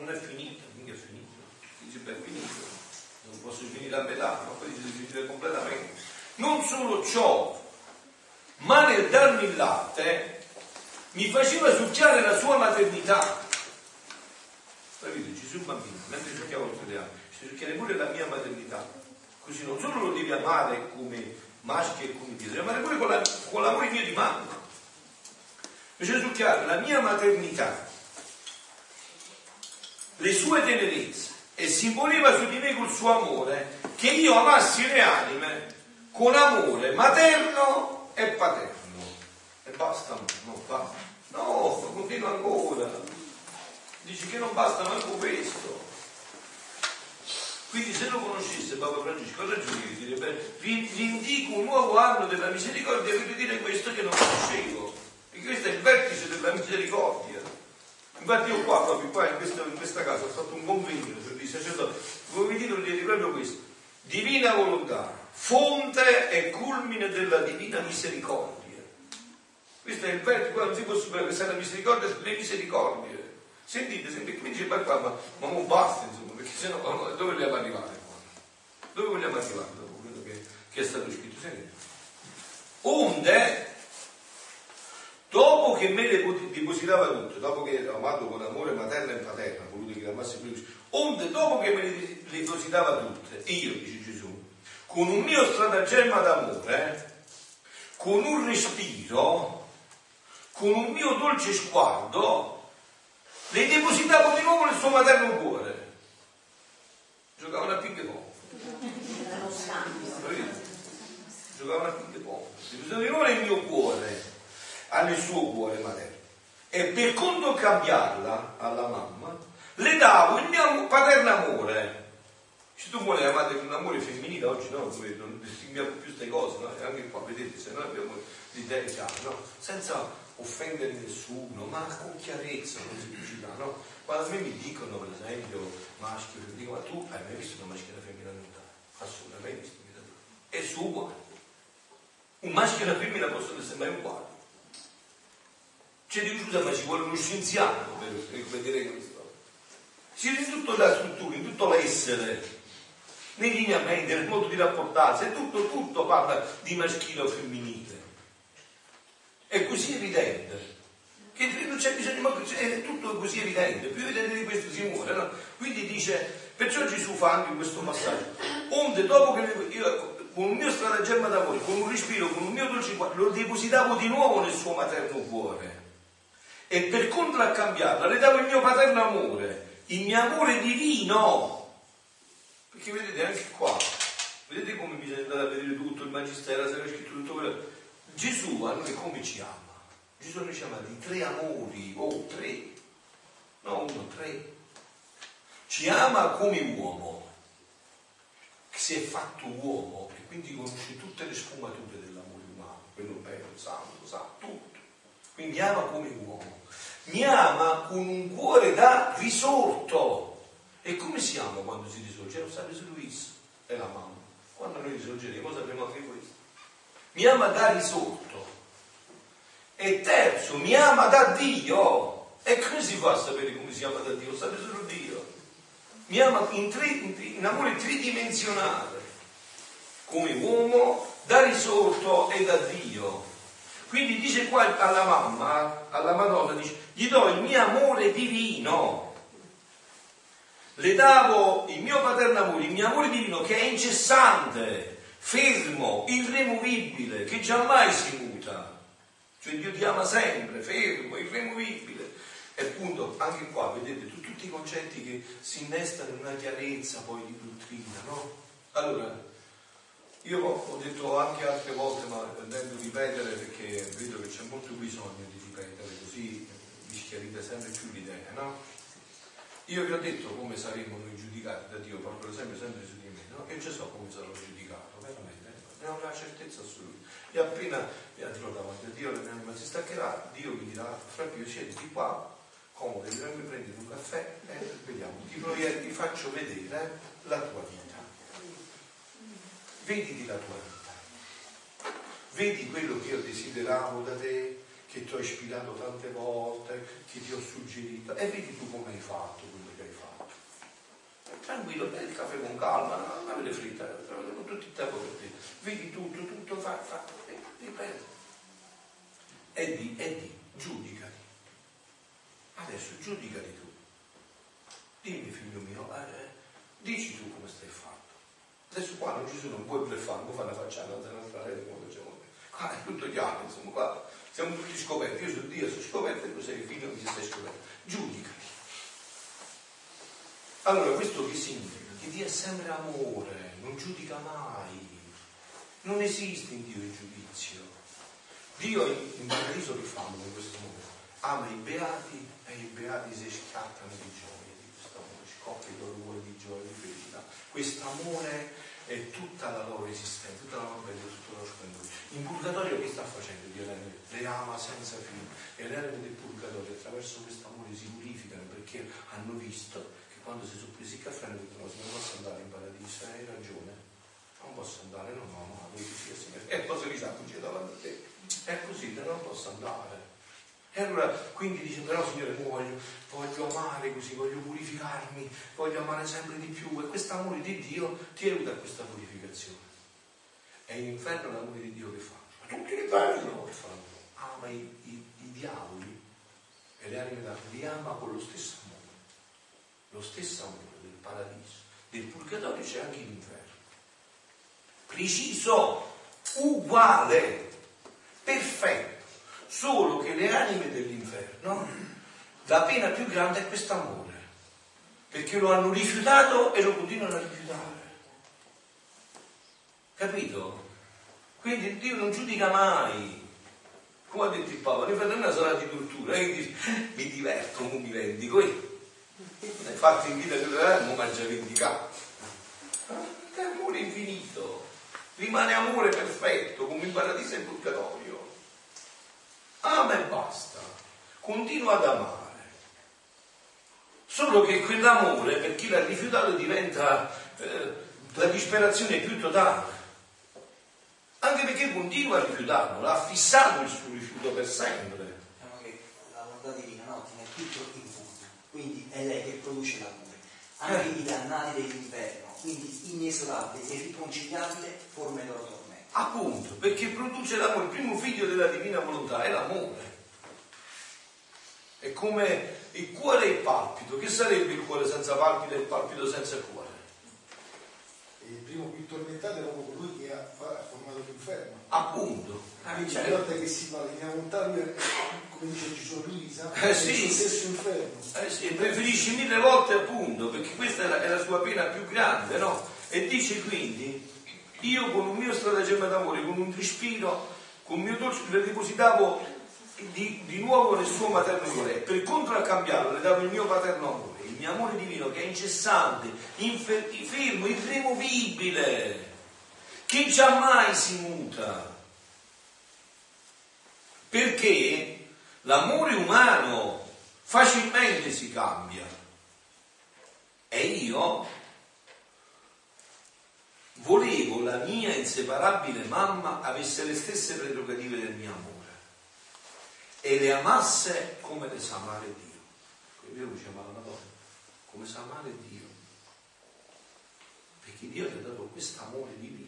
non è finita, mica è finita. Dice, beh, è finita, non posso finire a metà, ma poi dice di finire completamente. Non solo ciò, ma nel darmi il latte mi faceva succhiare la sua maternità. Capite? Gesù bambino, mentre succhiava il suo ci succhiare pure la mia maternità. Così non solo lo devi amare come maschio e come Dio, devi amare pure con, la, con l'amore mio di mamma. Mi faceva succhiare la mia maternità, le sue tenerezze, e si imponeva su di me col suo amore, che io amassi le anime con amore materno e paterno. E basta, non basta. No, continua ancora. Dici che non basta manco questo. Quindi se lo conoscesse Papa Francesco, raggiungevi, direbbe, vi, vi indico un nuovo anno della misericordia per dire questo che non conoscevo. E questo è il vertice della misericordia. Infatti io qua, proprio qua in questa, in questa casa, ho fatto un convegno per i sacerdoti, come titolo di proprio questo: Divina volontà, fonte e culmine della divina misericordia. Questo è il vertice, qua non si può superare, questa è la misericordia sulle misericordie. Sentite, sentite, qui dice qua, ma, ma non basta, insomma, perché sennò dove vogliamo arrivare qua? Dove vogliamo arrivare dopo quello che, che è stato scritto? Sentite. Onde, dopo che me le depositava tutto, dopo che ero amato con amore materno e paterno, voluto che amassi più, onde dopo che me le depositava tutte, io, dice Gesù, con un mio stratagemma d'amore, con un respiro, con un mio dolce sguardo, le depositavo di nuovo nel suo materno cuore. Giocavano a ping pong. Giocavano a ping pong. Depositavo di nuovo nel mio cuore, al suo cuore materno. E per conto cambiarla alla mamma, le davo il mio paterno amore. Se tu vuoi amare un amore femminile, oggi no, non distinguiamo più queste cose, no? E anche qua, vedete, se noi abbiamo l'idea chiara, no? Senza offendere nessuno, ma con chiarezza, con semplicità, no? Quando a me mi dicono, per esempio, maschio, mi dicono, ma tu hai mai visto una maschera e una femmina nuda? Assolutamente, è su uguale. Un maschio e una femmina possono essere mai uguali. Cioè, dico, scusa, ma ci vuole uno scienziato per, per vedere questo. Si vede in tutta la struttura, in tutto l'essere, nei lineamenti, nel modo di rapportarsi, è tutto, tutto parla di maschile o femminile. È così evidente che non c'è bisogno, ma è tutto così evidente, più evidente di questo si muore, no? Quindi dice, perciò Gesù fa anche in questo passaggio, onde dopo che io con un mio stratagemma d'amore, con un respiro, con un mio dolce cuore, lo depositavo di nuovo nel suo materno cuore, e per contraccambiarla le davo il mio paterno amore, il mio amore divino, perché vedete anche qua, vedete come bisogna andare a vedere tutto il magistero, se è scritto tutto quello. Gesù a noi come ci ama? Gesù noi ci ama di tre amori, o oh, tre, no uno, tre. Ci ama come uomo, che si è fatto uomo e quindi conosce tutte le sfumature dell'amore umano, quello bello, santo, sa tutto. Quindi ama come uomo. Mi ama con un cuore da risorto. E come si ama quando si risorge? Lo sa Gesù Luis, è la mamma. Quando noi risorgeremo sapremo anche questo. Mi ama da risorto. E terzo, mi ama da Dio. E come si fa a sapere come si ama da Dio? Lo sa solo Dio. Mi ama in, tre, in amore tridimensionale, come uomo, da risorto e da Dio. Quindi dice qua alla mamma, alla Madonna, dice, gli do il mio amore divino. Le davo il mio paterno amore, il mio amore divino che è incessante, fermo, irremovibile, che giammai si muta. Cioè Dio ti ama sempre, fermo, irremovibile. E appunto anche qua vedete tutti i concetti che si innestano in una chiarezza poi di dottrina, no? Allora, io ho detto anche altre volte, ma devo ripetere perché vedo che c'è molto bisogno di ripetere, così vi schiarite sempre più l'idea, no? Io vi ho detto come saremo noi giudicati da Dio, proprio sempre, sempre su di me, no? Io già so come sarò giudicato, veramente, ne ho una certezza assoluta. E appena mi andrò davanti a Dio, la mia anima si staccherà, Dio mi dirà, fra più siedi qua, comodo, mi prendere un caffè e vediamo, ti, proietto, ti faccio vedere la tua vita. Vediti la tua vita, vedi quello che io desideravo da te, che ti ho ispirato tante volte, che ti ho suggerito, e vedi tu come hai fatto quello che hai fatto. Tranquillo, bevi il caffè con calma, non avete fretta, con tutto il tempo per te. Vedi tutto, tutto, fa, fa, e ripeto. E di, e di, giudicati. Adesso giudicati tu. Dimmi, figlio mio, eh, dici tu come stai fatto. Adesso qua non ci sono, non puoi bleffare, non puoi fare una facciata, non nostra rete come facciamo noi. Qua è tutto chiaro, insomma, qua siamo tutti scoperti. Io sono Dio, sono scoperto e tu sei il figlio che ti stai scoperto. Giudicati. Allora, questo che significa? Che Dio è sempre amore, non giudica mai. Non esiste in Dio il giudizio. Dio in paradiso che fa in questo modo? Ama i beati e i beati si scattano di gioia di questo amore, scoppia i loro cuori di gioia, di felicità. Questo amore è tutta la loro esistenza, tutta la loro bellezza, tutto il loro splendore. In purgatorio che sta facendo Dio? Le ama senza fine e le anime del purgatorio attraverso questo amore si purificano perché hanno visto che quando si sono presi il caffè hanno detto no, se non posso andare in paradiso, hai ragione, non posso andare, no, no, no, devi sia sempre. E cosa mi sa fuggire davanti a te? È così, non posso andare. E allora quindi dice, però Signore, voglio, voglio amare così, voglio purificarmi, voglio amare sempre di più, e questo amore di Dio ti aiuta a questa purificazione. E l'inferno l'amore di Dio che fa? Ma tutti l'inferno che fanno? Ama i, i, i diavoli e le anime d'arte, li ama con lo stesso amore, lo stesso amore del paradiso, del purgatorio c'è anche l'inferno. Preciso, uguale, perfetto. Solo che le anime dell'inferno, la pena più grande è quest'amore, perché lo hanno rifiutato e lo continuano a rifiutare. Capito? Quindi Dio non giudica mai. Come ha detto il Papa, l'inferno è una sala di tortura, e dice, mi diverto, non mi vendico. Infatti in vita che non mangia vendicato. È amore infinito, rimane amore perfetto, come in paradiso e in purgatorio. Ama e basta, continua ad amare, solo che quell'amore per chi l'ha rifiutato diventa eh, la disperazione più totale, anche perché continua a rifiutarlo, l'ha fissato il suo rifiuto per sempre. Diciamo che la volontà divina no, tiene tutto in fondo, quindi è lei che produce l'amore, anche eh. i dannati dell'inferno, quindi inesorabile e riconciliabile forma il loro tormento. Appunto, perché produce l'amore, il primo figlio della divina volontà è l'amore. È come il cuore e il palpito. Che sarebbe il cuore senza palpito e il palpito senza cuore? Il primo qui tormentato era proprio colui che ha formato l'inferno. Appunto. Quindi ogni volta che si parla di divina volontà, lui è, come dice Gesù a Luisa, eh è sì. il stesso inferno. Eh sì, e preferisce mille volte appunto, perché questa è la, è la sua pena più grande, no? E dice quindi, io con un mio stratagemma d'amore, con un respiro, con il mio dolce, le depositavo di, di nuovo nel suo materno amore, per contraccambiarlo le davo il mio paterno amore, il mio amore divino che è incessante, infer- fermo, irremovibile, che giammai si muta. Perché l'amore umano facilmente si cambia. E io volevo la mia inseparabile mamma avesse le stesse prerogative del mio amore e le amasse come le sa amare Dio. Io lo chiamava una donna, come sa amare Dio, perché Dio ti ha dato questo amore divino.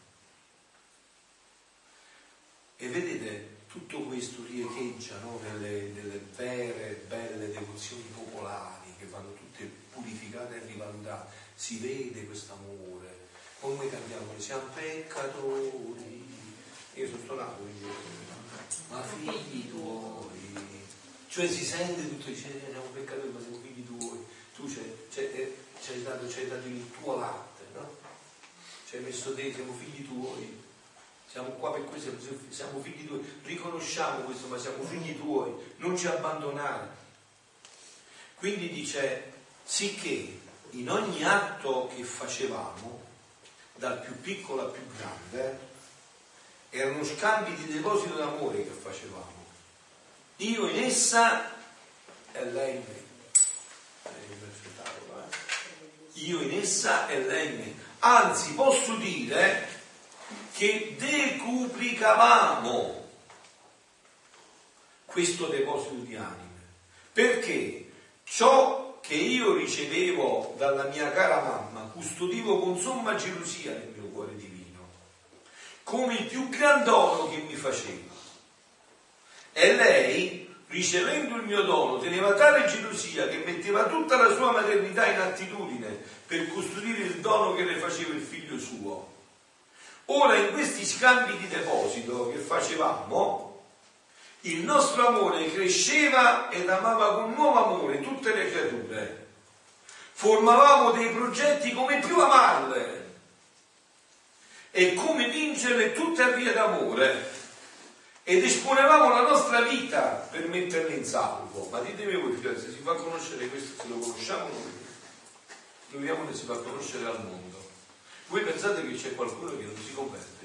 E vedete, tutto questo riecheggia, no, nelle, nelle vere belle devozioni popolari che vanno tutte purificate e rivalutate. Si vede questo amore. Come cantiamo? Siamo peccatori. Io sono stonato, ma figli tuoi. Cioè si sente tutto, dice, siamo peccatori, ma siamo figli tuoi. Tu ci hai dato, dato il tuo latte, no? Ci hai messo te, siamo figli tuoi. Siamo qua per questo, siamo figli tuoi. Riconosciamo questo, ma siamo figli tuoi. Non ci abbandonare. Quindi dice, sicché in ogni atto che facevamo, dal più piccolo al più grande, erano scambi di deposito d'amore che facevamo, io in essa e lei in me. Io in essa e lei in me. Anzi, posso dire che decuplicavamo questo deposito di anime, perché ciò che io ricevevo dalla mia cara mamma custodivo con somma gelosia nel mio cuore divino, come il più gran dono che mi faceva. E lei, ricevendo il mio dono, teneva tale gelosia che metteva tutta la sua maternità in attitudine per custodire il dono che le faceva il figlio suo. Ora, in questi scambi di deposito che facevamo, il nostro amore cresceva ed amava con nuovo amore tutte le creature. Formavamo dei progetti come più amarle e come vincerle tutte a via d'amore, ed esponevamo la nostra vita per metterle in salvo. Ma ditemi voi, se si fa conoscere questo, se lo conosciamo noi, proviamo che si fa conoscere al mondo. Voi pensate che c'è qualcuno che non si converte?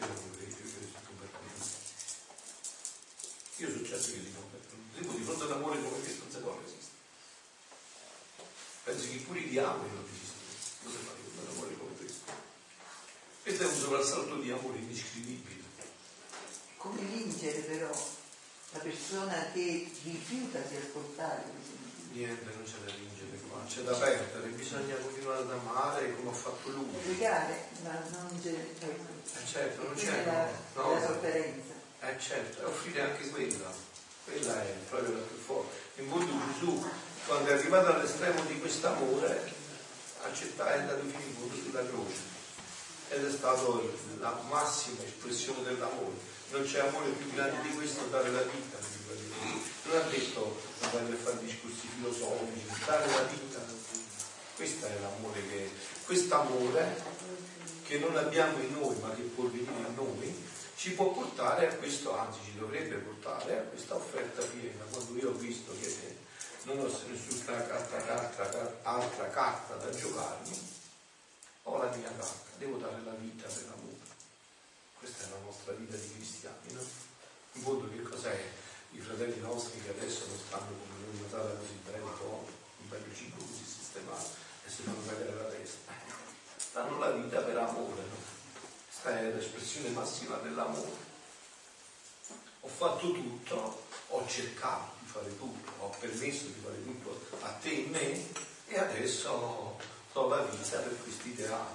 Io sono certo che si convertono. Tipo di fronte all'amore come questo non si può resistere. Penso che pure i diavoli non resistono. Cosa fare con un amore come questo? Questo è un soprassalto di amore indescrivibile. Come vincere però la persona che rifiuta di ascoltare? Niente, non c'è da vincere qua, c'è da perdere, bisogna continuare ad amare come ha fatto lui. Legare, ma non c'è. Eh certo, non c'è. La, no, la sofferenza. Eh certo, e offrire anche quella, quella è proprio la più forte. In fondo Gesù, quando è arrivato all'estremo di quest'amore, accettare è andato fino in fondo sulla croce, ed è stato la massima espressione dell'amore. Non c'è amore più grande di questo, dare la vita. Non ha detto non per fare discorsi filosofici, dare la vita. Questo è l'amore che, quest'amore che non abbiamo in noi, ma che può venire in noi, ci può portare a questo, anzi ci dovrebbe portare a questa offerta piena. Quando io ho visto che non ho nessuna carta, carta, altra carta da giocarmi, ho la mia carta, devo dare la vita per l'amore. Questa è la nostra vita di cristiani, no? In fondo che cos'è? I fratelli nostri che adesso non stanno come noi in Natale così bene, un bello cibo così sistemato e si fanno vedere la testa. Danno la vita per amore, no? Questa è l'espressione massima dell'amore. Ho fatto tutto, ho cercato di fare tutto, ho permesso di fare tutto a te e a me, e adesso do la vita per questo ideale,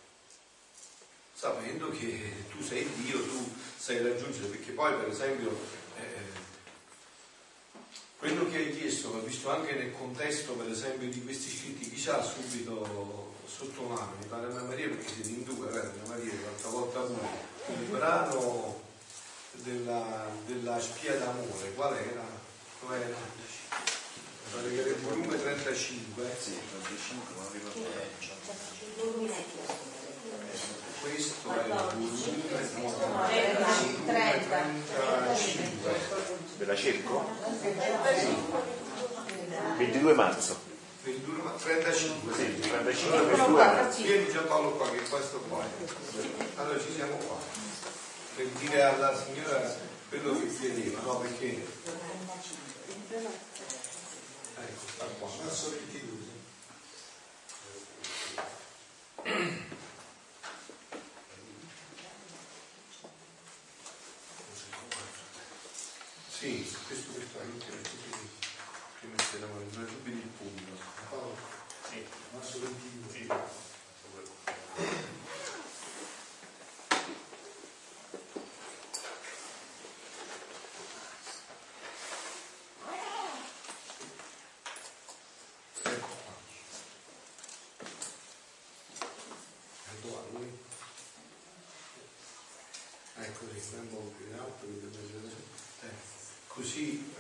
sapendo che tu sei Dio, tu sai raggiungere, perché poi per esempio eh, quello che hai chiesto, l'ho visto anche nel contesto per esempio di questi scritti, chi c'ha subito sotto mano, mi pare Anna Maria, perché siete in due, vero? Anna Maria l'altra volta pure, il brano della, della spia d'amore, qual era? Qual era? Mi pare che era il volume trentacinque. Sì, trentacinque, ma non ricordo. Questo è il volume trentacinque. Ve la cerco? ventidue marzo. trentacinque, sì, trentacinque ventidue marzo. Vieni Giampaolo qua, che questo qua. Allora ci siamo qua. Per dire alla signora quello che chiedeva, no? Perché? Ecco, sta qua. Marzo ventidue. Sì, questo questo è anche prima di lavoro, due tubi di punto. Sì, marzo ventidue. Sì. Ecco qua. Ecco lui. Ecco lì, non è molto più in alto, eh. Così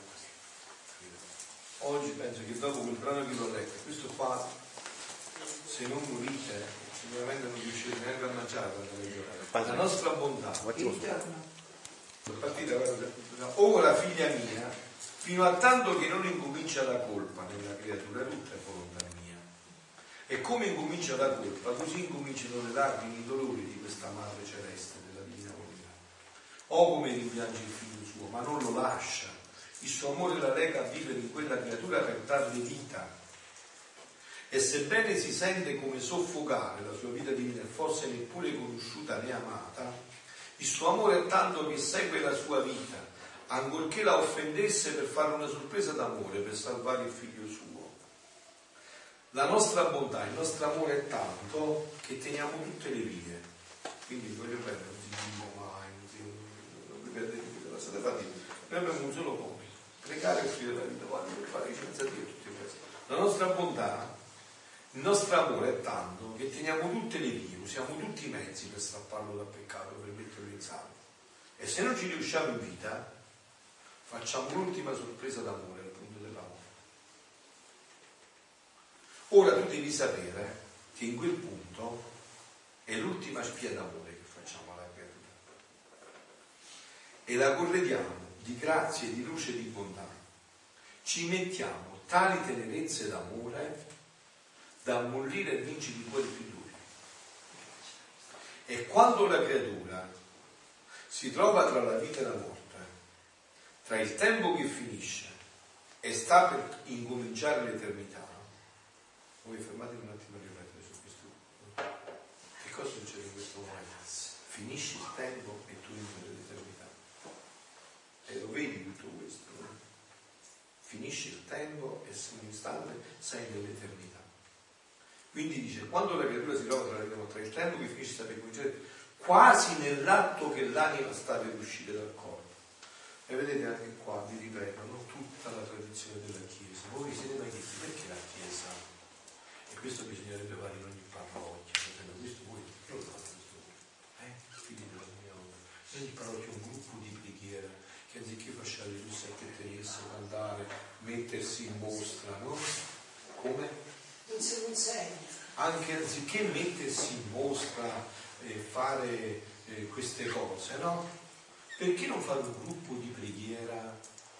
oggi penso che dopo quel brano che l'ho letto, questo qua, se non morite sicuramente non riuscite neanche a mangiare la nostra bontà. Partita, ora figlia mia, fino a tanto che non incomincia la colpa nella creatura, tutta è volontà mia, e come incomincia la colpa così incominciano le lacrime, i dolori di questa madre celeste della divina volontà. O come rimpiange il figlio suo, ma non lo lascia, il suo amore la lega a vivere in quella creatura per darle vita, e sebbene si sente come soffocare la sua vita divina e forse neppure conosciuta né amata, il suo amore è tanto che segue la sua vita, ancorché la offendesse per fare una sorpresa d'amore, per salvare il figlio suo. La nostra bontà, il nostro amore è tanto che teniamo tutte le vie. Quindi voglio bene, non si dico mai, non, si, non vi perdete più, lasciate fare. Noi abbiamo un solo compito, pregare e offrire la vita, guarda, per fare licenza a Dio tutti questi. La nostra bontà, il nostro amore è tanto che teniamo tutte le vie, usiamo tutti i mezzi per strapparlo dal peccato, per metterlo in salvo. E se non ci riusciamo in vita, facciamo un'ultima sorpresa d'amore al punto dell'amore. Ora tu devi sapere che in quel punto è l'ultima spia d'amore che facciamo alla creatura. E la corrediamo di grazie, di luce e di bontà. Ci mettiamo tali tenerezze d'amore da ammollire e vincere i cuori più duri. E quando la creatura si trova tra la vita e la morte, tra il tempo che finisce e sta per incominciare l'eternità, voi fermatevi un attimo a riflettere su questo. Che cosa succede in questo momento? Finisce il tempo e tu entri nell'eternità. E lo vedi tutto questo, no? Finisce il tempo e in un istante sei nell'eternità. Quindi dice, quando la creatura si trova tra, tra il tempo che finisce sta per cominciare, quasi nell'atto che l'anima sta per uscire dal corpo. E vedete anche qua, vi ripeto, no? Tutta la tradizione della Chiesa. Voi vi siete mai chiesti perché la Chiesa? E questo bisognerebbe fare in ogni parrocchia. Questo voi non lo fate questo voi. Eh? Figli della mia opera. In ogni parrocchia un gruppo di preghiera che anziché fasciare le sette teresse, cantare, mettersi in mostra, no? Come? Non si consegna. Anche anziché mettersi in mostra e fare eh, queste cose, no? Perché non fare un gruppo di preghiera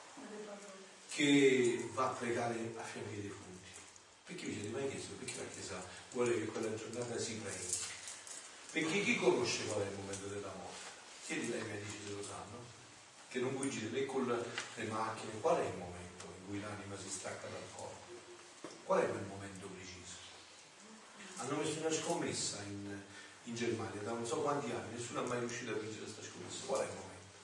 che va a pregare a fianco dei defunti? Perché vi siete mai chiesto perché la Chiesa vuole che quella giornata si preghi? Perché chi conosce qual è il momento della morte? Chiedi ai medici se lo sanno, che non coincide né con le macchine. Qual è il momento in cui l'anima si stacca dal corpo? Qual è quel momento preciso? Hanno messo una scommessa in, in Germania da non so quanti anni, nessuno ha mai riuscito a vincere questa scommessa. Qual è il momento?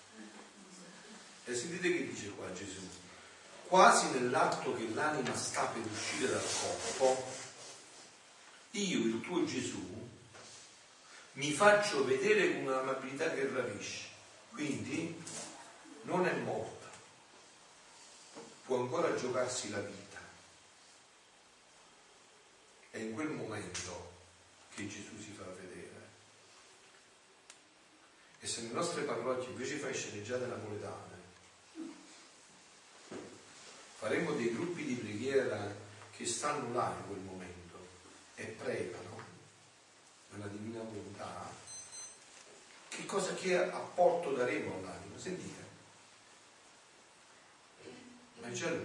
E sentite che dice qua Gesù: quasi nell'atto che l'anima sta per uscire dal corpo, io, il tuo Gesù, mi faccio vedere con un'amabilità che rapisce. Quindi non è morta, può ancora giocarsi la vita. È in quel momento che Gesù si fa vedere. E se nelle nostre parrocchie invece fai sceneggiate napoletane, faremo dei gruppi di preghiera che stanno là in quel momento e pregano nella divina volontà, che cosa, che apporto daremo all'anima? Sentite, ma è già lui.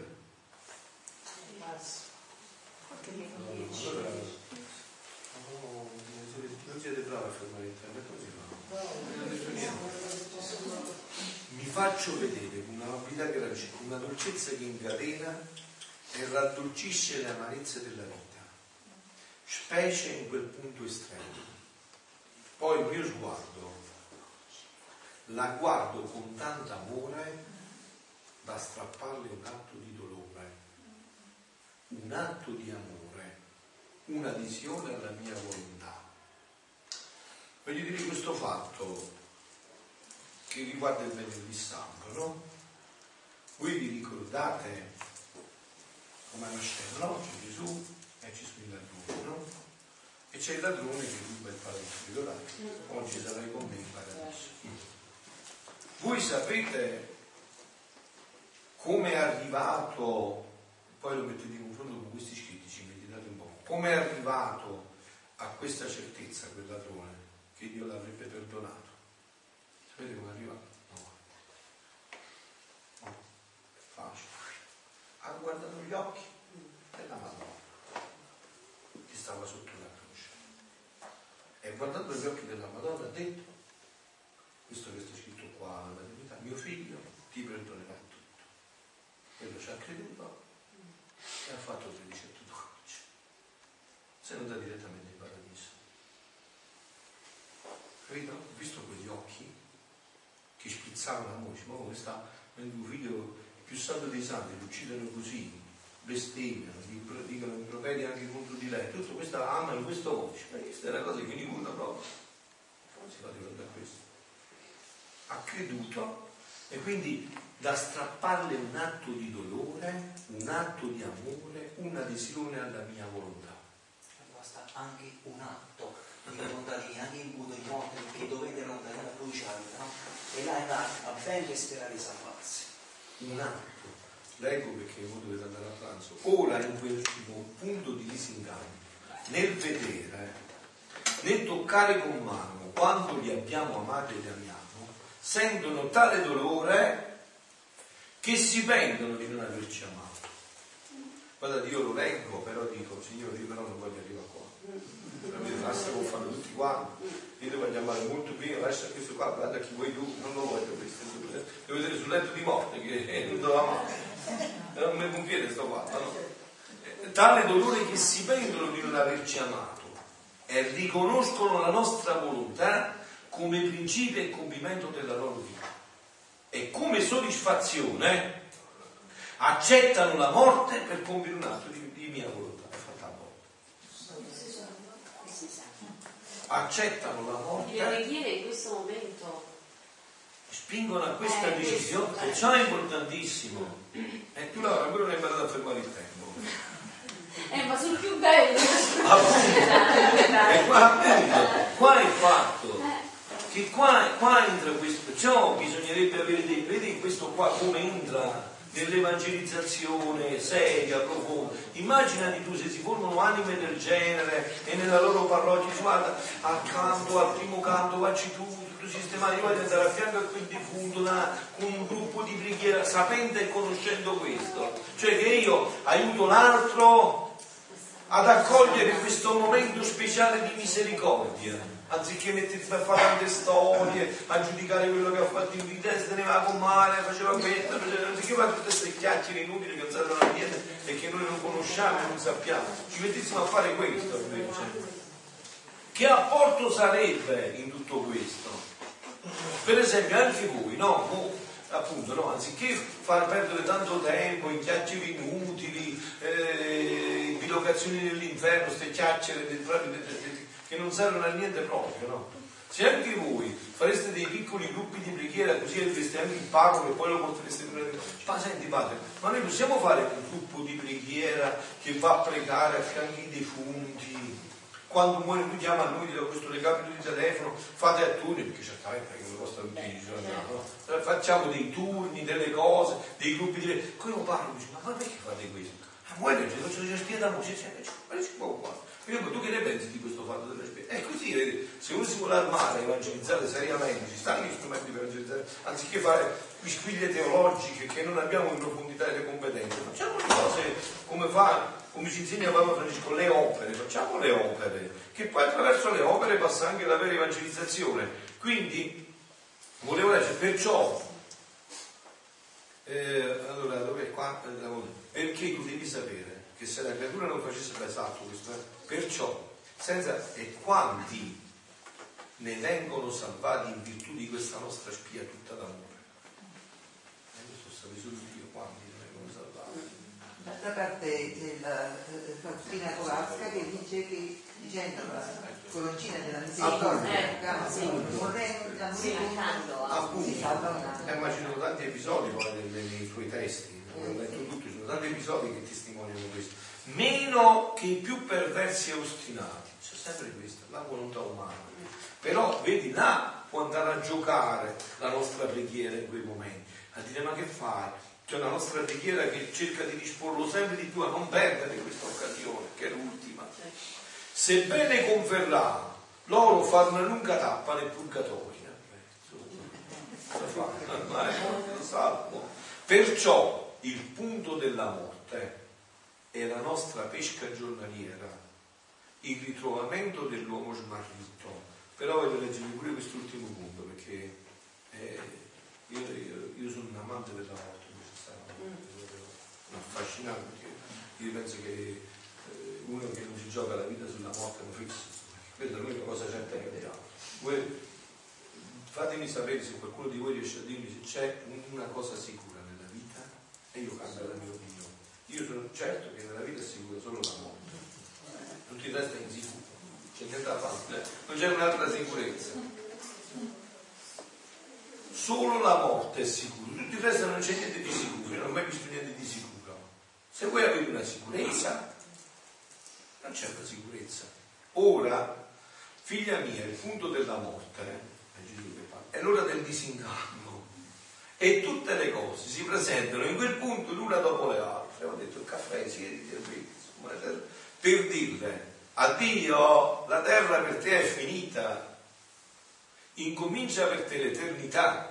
Allora, no, non siete bravi a fermare il tempo, così no. Mi faccio vedere con un'amabilità che rapisce, con una dolcezza che incatena e raddolcisce le amarezze della vita, specie in quel punto estremo. Poi il mio sguardo la guardo con tanto amore da strapparle un atto di dolore, un atto di amore, un'adesione alla mia volontà. Voglio dire questo fatto che riguarda il venerdì santo, no? Voi vi ricordate come una scena, no? C'è Gesù e ci sono i ladroni, no? E c'è il ladrone che ruba il paradiso, ricordate? Oggi sarai con me in paradiso. Voi sapete come è arrivato, poi lo mettete in confronto con questi scritti, ci meditate un po', come è arrivato a questa certezza quel ladrone che Dio l'avrebbe perdonato? Sapete come è arrivato? No. No. Facile. Ha guardato gli occhi della Madonna che stava sotto la croce. E guardando gli occhi della Madonna ha detto, questo che sta scritto qua nella divinità, mio figlio ti perdonerà tutto. Quello ci ha creduto e ha fatto tredici a tutto croce. Se non da direttamente in paradiso. Capito? Ho visto quegli occhi che spizzavano amore, ma come sta il tuo figlio più santo dei santi, lo uccidono così, bestemmiano, dicono improperi anche contro di lei, tutto questo ama in questo modo. Ma questa è una cosa che ognuno prova. Come si fa di fronte a questo? Ha creduto e quindi da strapparle un atto di dolore, un atto di amore, un'adesione alla mia volontà. Basta anche un atto di volontà divina, anche in punto di morte, perché dovete andare alla cruciale, no? E là è a ben sperare di salvarsi. Un atto. Leggo perché voi dovete andare a pranzo. Ora in quel punto di disinganno, nel vedere, nel toccare con mano, quando li abbiamo amati e li amiamo, sentono tale dolore che si pentono di non averci amato. Guardate, io lo leggo, però dico, Signore, io però non voglio arrivare qua. Lascia lo fanno tutti quanti. Io devo chiamare molto prima, lascia questo qua, guarda chi vuoi tu, non lo voglio questo. Devo vedere sul letto di morte che non lo amare. Non mi conviene sto fatto, no? Tale dolore che si pentono di non averci amato e riconoscono la nostra volontà come principio e compimento della loro vita. E come soddisfazione accettano la morte per compiere un atto di, di mia volontà. È fatta a morte. Accettano la morte. Le preghiere in questo momento spingono a questa eh, decisione, questo, e ciò è importantissimo. E tu Laura, quello non hai imparato a fermare il tempo. Eh, ma sul più bello. Appunto. E qua, appunto, qua è fatto. Che qua, qua entra questo, ciò bisognerebbe avere dei, vedi questo qua come entra nell'evangelizzazione seria, profonda. Immaginati tu se si formano anime del genere e nella loro parrocchia si guarda al canto, al primo canto, vacci tu, tutto sistemato, io voglio andare a fianco a quel defunto da, con un gruppo di preghiera, sapendo e conoscendo questo, cioè che io aiuto l'altro ad accogliere questo momento speciale di misericordia. Anziché mettersi a fare tante storie, a giudicare quello che ha fatto in vita, se ne va con male, faceva questo, faceva... anziché fare tutte queste chiacchiere inutili che non servono a niente e che noi non conosciamo e non sappiamo, ci mettessimo a fare questo invece. Che apporto sarebbe in tutto questo? Per esempio anche voi, no? Appunto, no? Anziché far perdere tanto tempo in chiacchiere inutili, eh, bilocazioni nell'inferno, queste chiacchiere del, del, del, che non servono a niente proprio, no? Se anche voi fareste dei piccoli gruppi di preghiera così avreste anche il parroco e poi lo portereste in... Ma senti padre, ma noi possiamo fare un gruppo di preghiera che va a pregare a fianco dei defunti? Quando muore tu chiama a noi, da questo recapito di telefono, fate a turni, perché certamente che non costa tutti i giorni, no? Facciamo dei turni, delle cose, dei gruppi di... Come un parroco dice, ma perché fate questo? Ma voi legge, faccio le spie da musica, ma si può qua. Tu che ne pensi di questo fatto delle spese? È così, vedi, se uno si vuole armare, evangelizzare seriamente, ci stanno gli strumenti per evangelizzare, anziché fare quisquiglie teologiche che non abbiamo in profondità delle competenze, facciamo le cose come fa, come ci insegna Papa Francesco, le opere, facciamo le opere, che poi attraverso le opere passa anche la vera evangelizzazione. Quindi, volevo leggere, perciò, eh, allora, dov'è qua? Perché tu devi sapere che se la creatura non facesse esatto questo, eh? Perciò, senza e quanti ne vengono salvati in virtù di questa nostra spia tutta d'amore? E questo sta vissuto Dio, quanti ne vengono salvati? D'altra parte c'è la Faustina Kowalska che dice che dicendo la coroncina della misericordia, vorrei la misericordia, si salva una. Eh, ma ci sono tanti episodi poi nei, nei suoi testi, non ho letto tutto, ci sono tanti episodi che testimoniano questo. Meno che i più perversi e ostinati, c'è sempre questo, la volontà umana. Però vedi, là può andare a giocare la nostra preghiera in quei momenti, a dire ma che fai? C'è una nostra preghiera che cerca di disporlo sempre di più a non perdere questa occasione, che è l'ultima. Sebbene conferrà, loro fanno una lunga tappa nel purgatorio. Ma è molto salvo. Perciò il punto della morte è la nostra pesca giornaliera, il ritrovamento dell'uomo smarrito. Però voglio leggere pure quest'ultimo punto, perché eh, io, io, io sono un amante della morte, mi affascina, perché io penso che eh, uno che non si gioca la vita sulla morte non fisso, questa è l'unica cosa certa che abbiamo. Voi fatemi sapere se qualcuno di voi riesce a dirmi se c'è una cosa sicura nella vita e io cambio la mia opinione. Io sono certo che nella vita è sicura solo la morte, tutto il resto è insicuro, c'è niente da fare, non c'è un'altra sicurezza. Solo la morte è sicura, tutto il resto non c'è niente di sicuro, io non ho mai visto niente di sicuro. Se voi avete una sicurezza, non c'è una sicurezza. Ora, figlia mia, il punto della morte è Gesù che parla, è l'ora del disinganno e tutte le cose si presentano in quel punto l'una dopo le altre. Ho detto il caffè, siediti per dire addio, la terra per te è finita, incomincia per te l'eternità.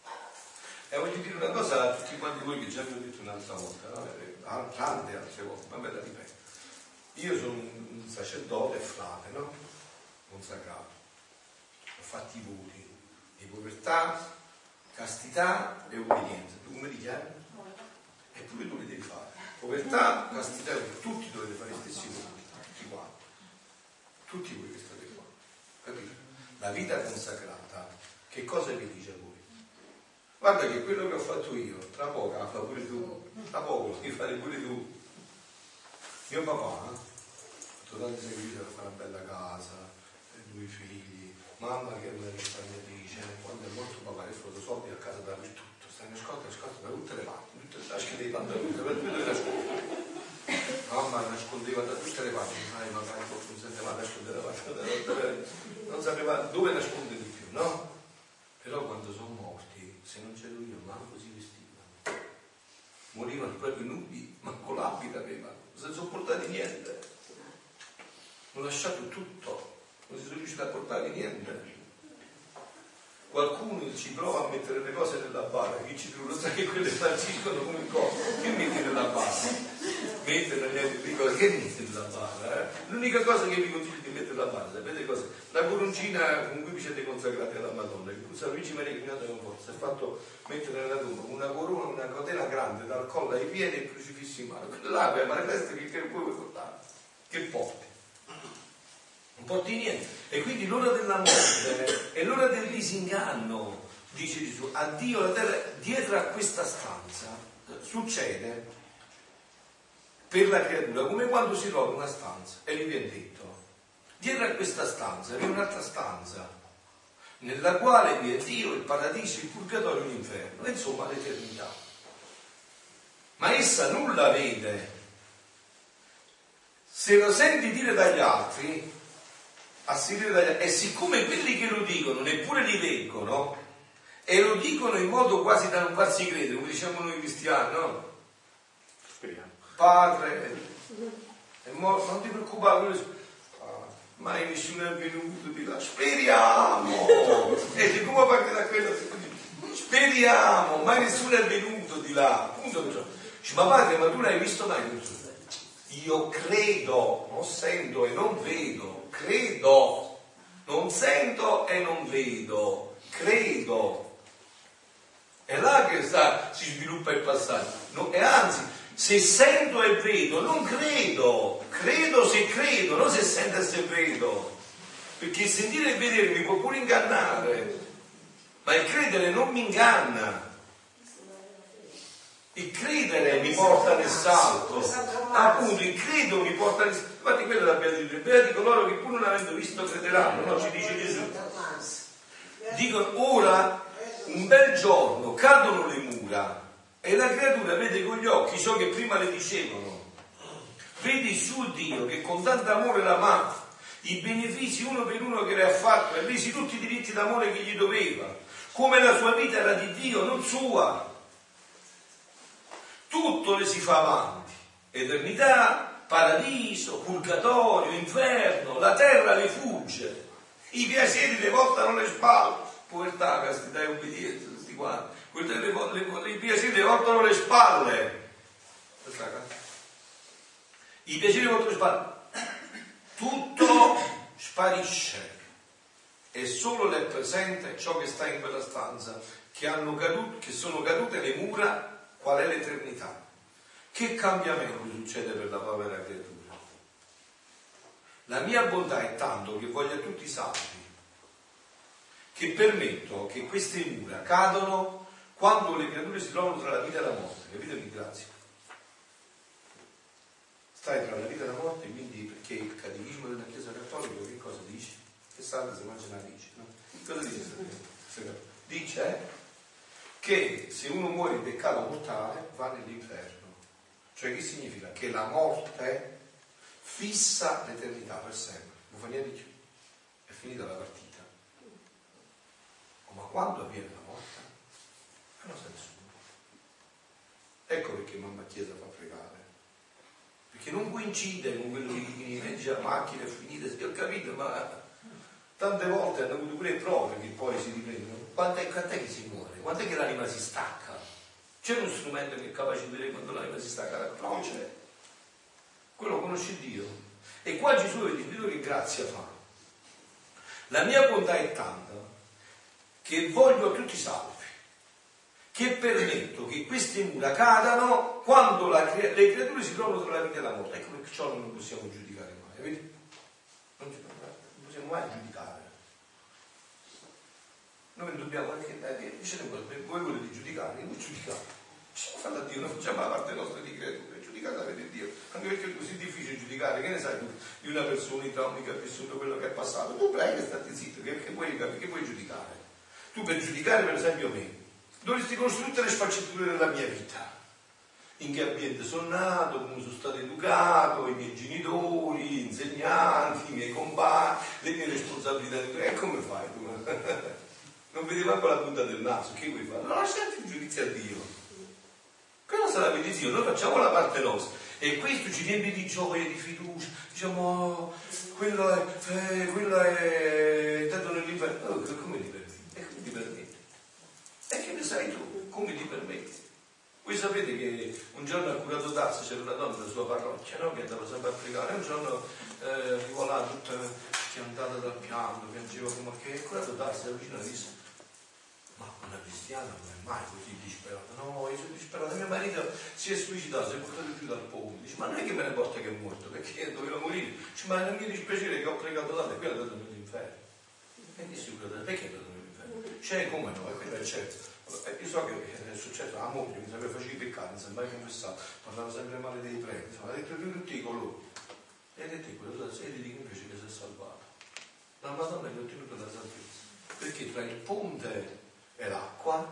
E voglio dire una cosa a tutti quanti voi che già vi ho detto un'altra volta, no? Tante altre volte, ma ve la ripeto. Io sono un sacerdote frate, no? Consacrato. Ho fatto i voti di povertà, castità e obbedienza. Tu come li chiami? Eppure tu li devi fare. Povertà, castità e obbedienza. Tutti dovete fare gli stessi voti, tutti quanti. Tutti voi che state qua. Capite? La vita consacrata, che cosa vi dice a voi? Guarda che quello che ho fatto io, tra poco la fa pure tu, tra poco lo devi fare pure tu. Mio papà, eh? Tanti sacrifici per fare una bella casa, due figli, mamma che è una risparmiatrice, quando è morto papà ha fatto soldi a casa dappertutto, sta nascosta, nascosta da tutte le parti, tutte le tasche dei pantaloni, per tutte le nascondeva. Mamma nascondeva da tutte le parti, mai magari non sapeva nascondere la parte, non sapeva dove nascondere di più, no? Però quando sono morti, se non c'ero io, manco si vestivano. Morivano proprio nudi, manco l'abito avevano, senza portare niente. Ho lasciato tutto, non si sono riusciti a portare niente. Qualcuno ci prova a mettere le cose nella bara, chi ci trova sa che quelle spargiscono come cose. Che metti nella bara? Mettere le cose, che metti nella bara? Eh? L'unica cosa che vi consiglio di mettere nella bara, sapete cosa? La coroncina con cui vi siete consacrati alla Madonna, che San Luigi Maria Ignazio con forza, si è fatto mettere nella tomba una corona, una catena grande dal collo ai piedi e il crocifisso in mano. Là per manifesta che che vuoi portare? Che porti? Non porti niente. E quindi l'ora della morte è l'ora del disinganno, dice Gesù. Addio la terra. Dietro a questa stanza succede per la creatura come quando si trova una stanza e gli viene detto: dietro a questa stanza vi è un'altra stanza nella quale vi è Dio, il paradiso, il purgatorio e l'inferno, e insomma l'eternità. Ma essa nulla vede. Se lo senti dire dagli altri, a sentire dagli altri, e siccome quelli che lo dicono neppure li vengono e lo dicono in modo quasi da non farsi credere, come diciamo noi cristiani, no? Speriamo. Padre, è morto, non ti preoccupare, mai nessuno è venuto di là, speriamo, e come parte da quello, speriamo, mai nessuno è venuto di là, appunto. Dice, ma padre, ma tu l'hai visto mai? Io credo, non sento e non vedo, credo, non sento e non vedo, credo. È là che sta, si sviluppa il passaggio, no, e anzi, se sento e vedo, non credo, credo se credo, non se sento e se vedo, perché sentire e vedere mi può pure ingannare, ma il credere non mi inganna. Il credere mi porta nel salto, appunto il credo mi porta nel salto. Infatti quella è la beatitudine, beati coloro che pur non avendo visto crederanno, no? Ci dice Gesù. Dicono ora un bel giorno cadono le mura e la creatura vede con gli occhi ciò che prima le dicevano. Vedi il suo Dio che con tanto amore l'ama, i benefici uno per uno che le ha fatto e resi tutti i diritti d'amore che gli doveva, come la sua vita era di Dio, non sua. Tutto le si fa avanti, eternità, paradiso, purgatorio, inferno, la terra le fugge, i piaceri le voltano le spalle, povertà, castità e obbedienza, tutti quanti, le, le, i piaceri le voltano le spalle, i piaceri le voltano le spalle, tutto sparisce e solo le è presente ciò che sta in quella stanza, che, hanno cadute, che sono cadute le mura. Qual è l'eternità? Che cambiamento succede per la povera creatura? La mia bontà è tanto che voglio tutti salvi, che permetto che queste mura cadano quando le creature si trovano tra la vita e la morte. Capite che grazia? Stai tra la vita e la morte, quindi perché il catechismo della Chiesa Cattolica che cosa dice? Che salta se mangia una radice, no? Cosa dice? Dice che se uno muore in peccato mortale va nell'inferno. Cioè che significa? Che la morte fissa l'eternità per sempre, non fa niente di più, è finita la partita. Ma quando avviene la morte? Non sa nessuno. Ecco perché mamma Chiesa fa pregare, perché non coincide con quello che dice la macchina è finita, sì, ho capito, ma tante volte hanno avuto pure prove che poi si riprendono. Quant'è, quant'è che si muore? Quant'è che l'anima si stacca? C'è uno strumento che è capace di vedere quando l'anima si stacca dalla croce? Quello conosce Dio. E qua Gesù vede Dio che grazia fa. La mia bontà è tanta che voglio a tutti salvi, che permetto che queste mura cadano quando la, le creature si trovano tra la vita e la morte. Ecco perché ciò non possiamo giudicare mai, vedi? Non possiamo mai giudicare. Noi dobbiamo anche eh, dice voi volete giudicare, non giudicate. Lasciamo a Dio, non facciamo la parte nostra di creature, giudicate avete Dio. Anche perché è così difficile giudicare, che ne sai tu di una persona, i traumi che ha vissuto, quello che è passato. Tu prega, state zitto, che, che, vuoi, che vuoi giudicare? Tu per giudicare per esempio me, dovresti conoscere tutte le sfaccettature della mia vita. In che ambiente sono nato, come sono stato educato, i miei genitori, gli insegnanti, i miei compagni, le mie responsabilità. E come fai tu? Non vedi manco la punta del naso, che vuoi fare? Non lasciate il giudizio a Dio. Quella sarà la Dio, noi facciamo la parte nostra e questo ci riempie di gioia, di fiducia, diciamo oh, quello è, eh, quello è dato nell'inferno. Oh, come ti permetti? E come ti permetti? E che ne sai tu? Come ti permetti? Voi sapete che un giorno a Curato d'Ars c'era una donna della sua parrocchia, no? Che andava sempre a pregare, un giorno eh, rivolava tutta chiantata dal pianto, piangeva come che Curato d'Ars era vicino e disse: ma una cristiana non è mai così disperata. No, io sono disperata, mio marito si è suicidato, si è portato giù dal ponte. Dice: ma non è che me ne porta che è morto, perché doveva morire. Dice: ma non mi dispiacere che ho pregato tanto e qui è andato nell'inferno. E disse: perché è andato nell'inferno? C'è come no, e quello è certo. Io so che è successo a moglie, mi sapeva faceva i peccati, non si è mai confessato, parlava sempre male dei preti, insomma, ha detto più tutti i colori. E ha detto: quello sei di dico invece che si è salvato. La Madonna gli ha ottenuto la salvezza. Perché tra il ponte e l'acqua,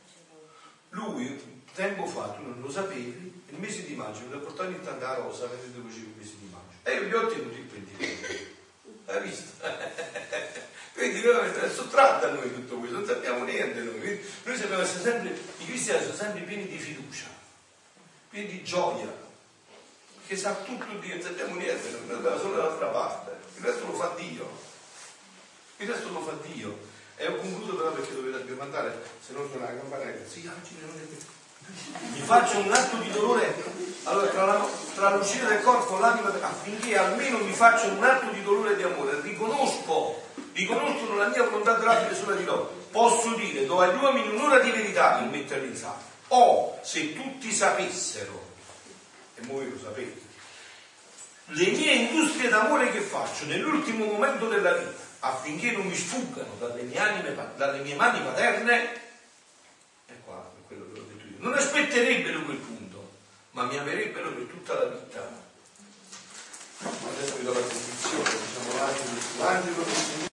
lui tempo fa, tu non lo sapevi, il mese di maggio mi l'ha portato in tanta rosa mentre facevo il mese di maggio e io gli ho ottenuto il pentimento. Hai visto? Quindi è sottratto a noi tutto questo, non sappiamo niente noi. Noi sappiamo essere sempre, i cristiani sono sempre pieni di fiducia, pieni di gioia, che sa tutto Dio, non sappiamo niente, noi dobbiamo solo dall'altra parte, il resto lo fa Dio, il resto lo fa Dio. E ho concluso però perché dovete mandare, se non suona la campanella, sì, oggi mi faccio un atto di dolore, allora tra, la, tra l'uscita del corpo e l'anima, affinché almeno mi faccia un atto di dolore e di amore, riconosco, riconoscono la mia volontà trabile sulla di loro, posso dire, do agli uomini un'ora di verità per metterli in salvo, o se tutti sapessero, e voi lo sapete, le mie industrie d'amore che faccio nell'ultimo momento della vita, affinché non mi sfuggano dalle mie, anime, dalle mie mani paterne, e qua è quello che ho detto io, non aspetterebbero quel punto, ma mi amerebbero per tutta la vita. Adesso vi do la benedizione, diciamo l'angelo, l'angelo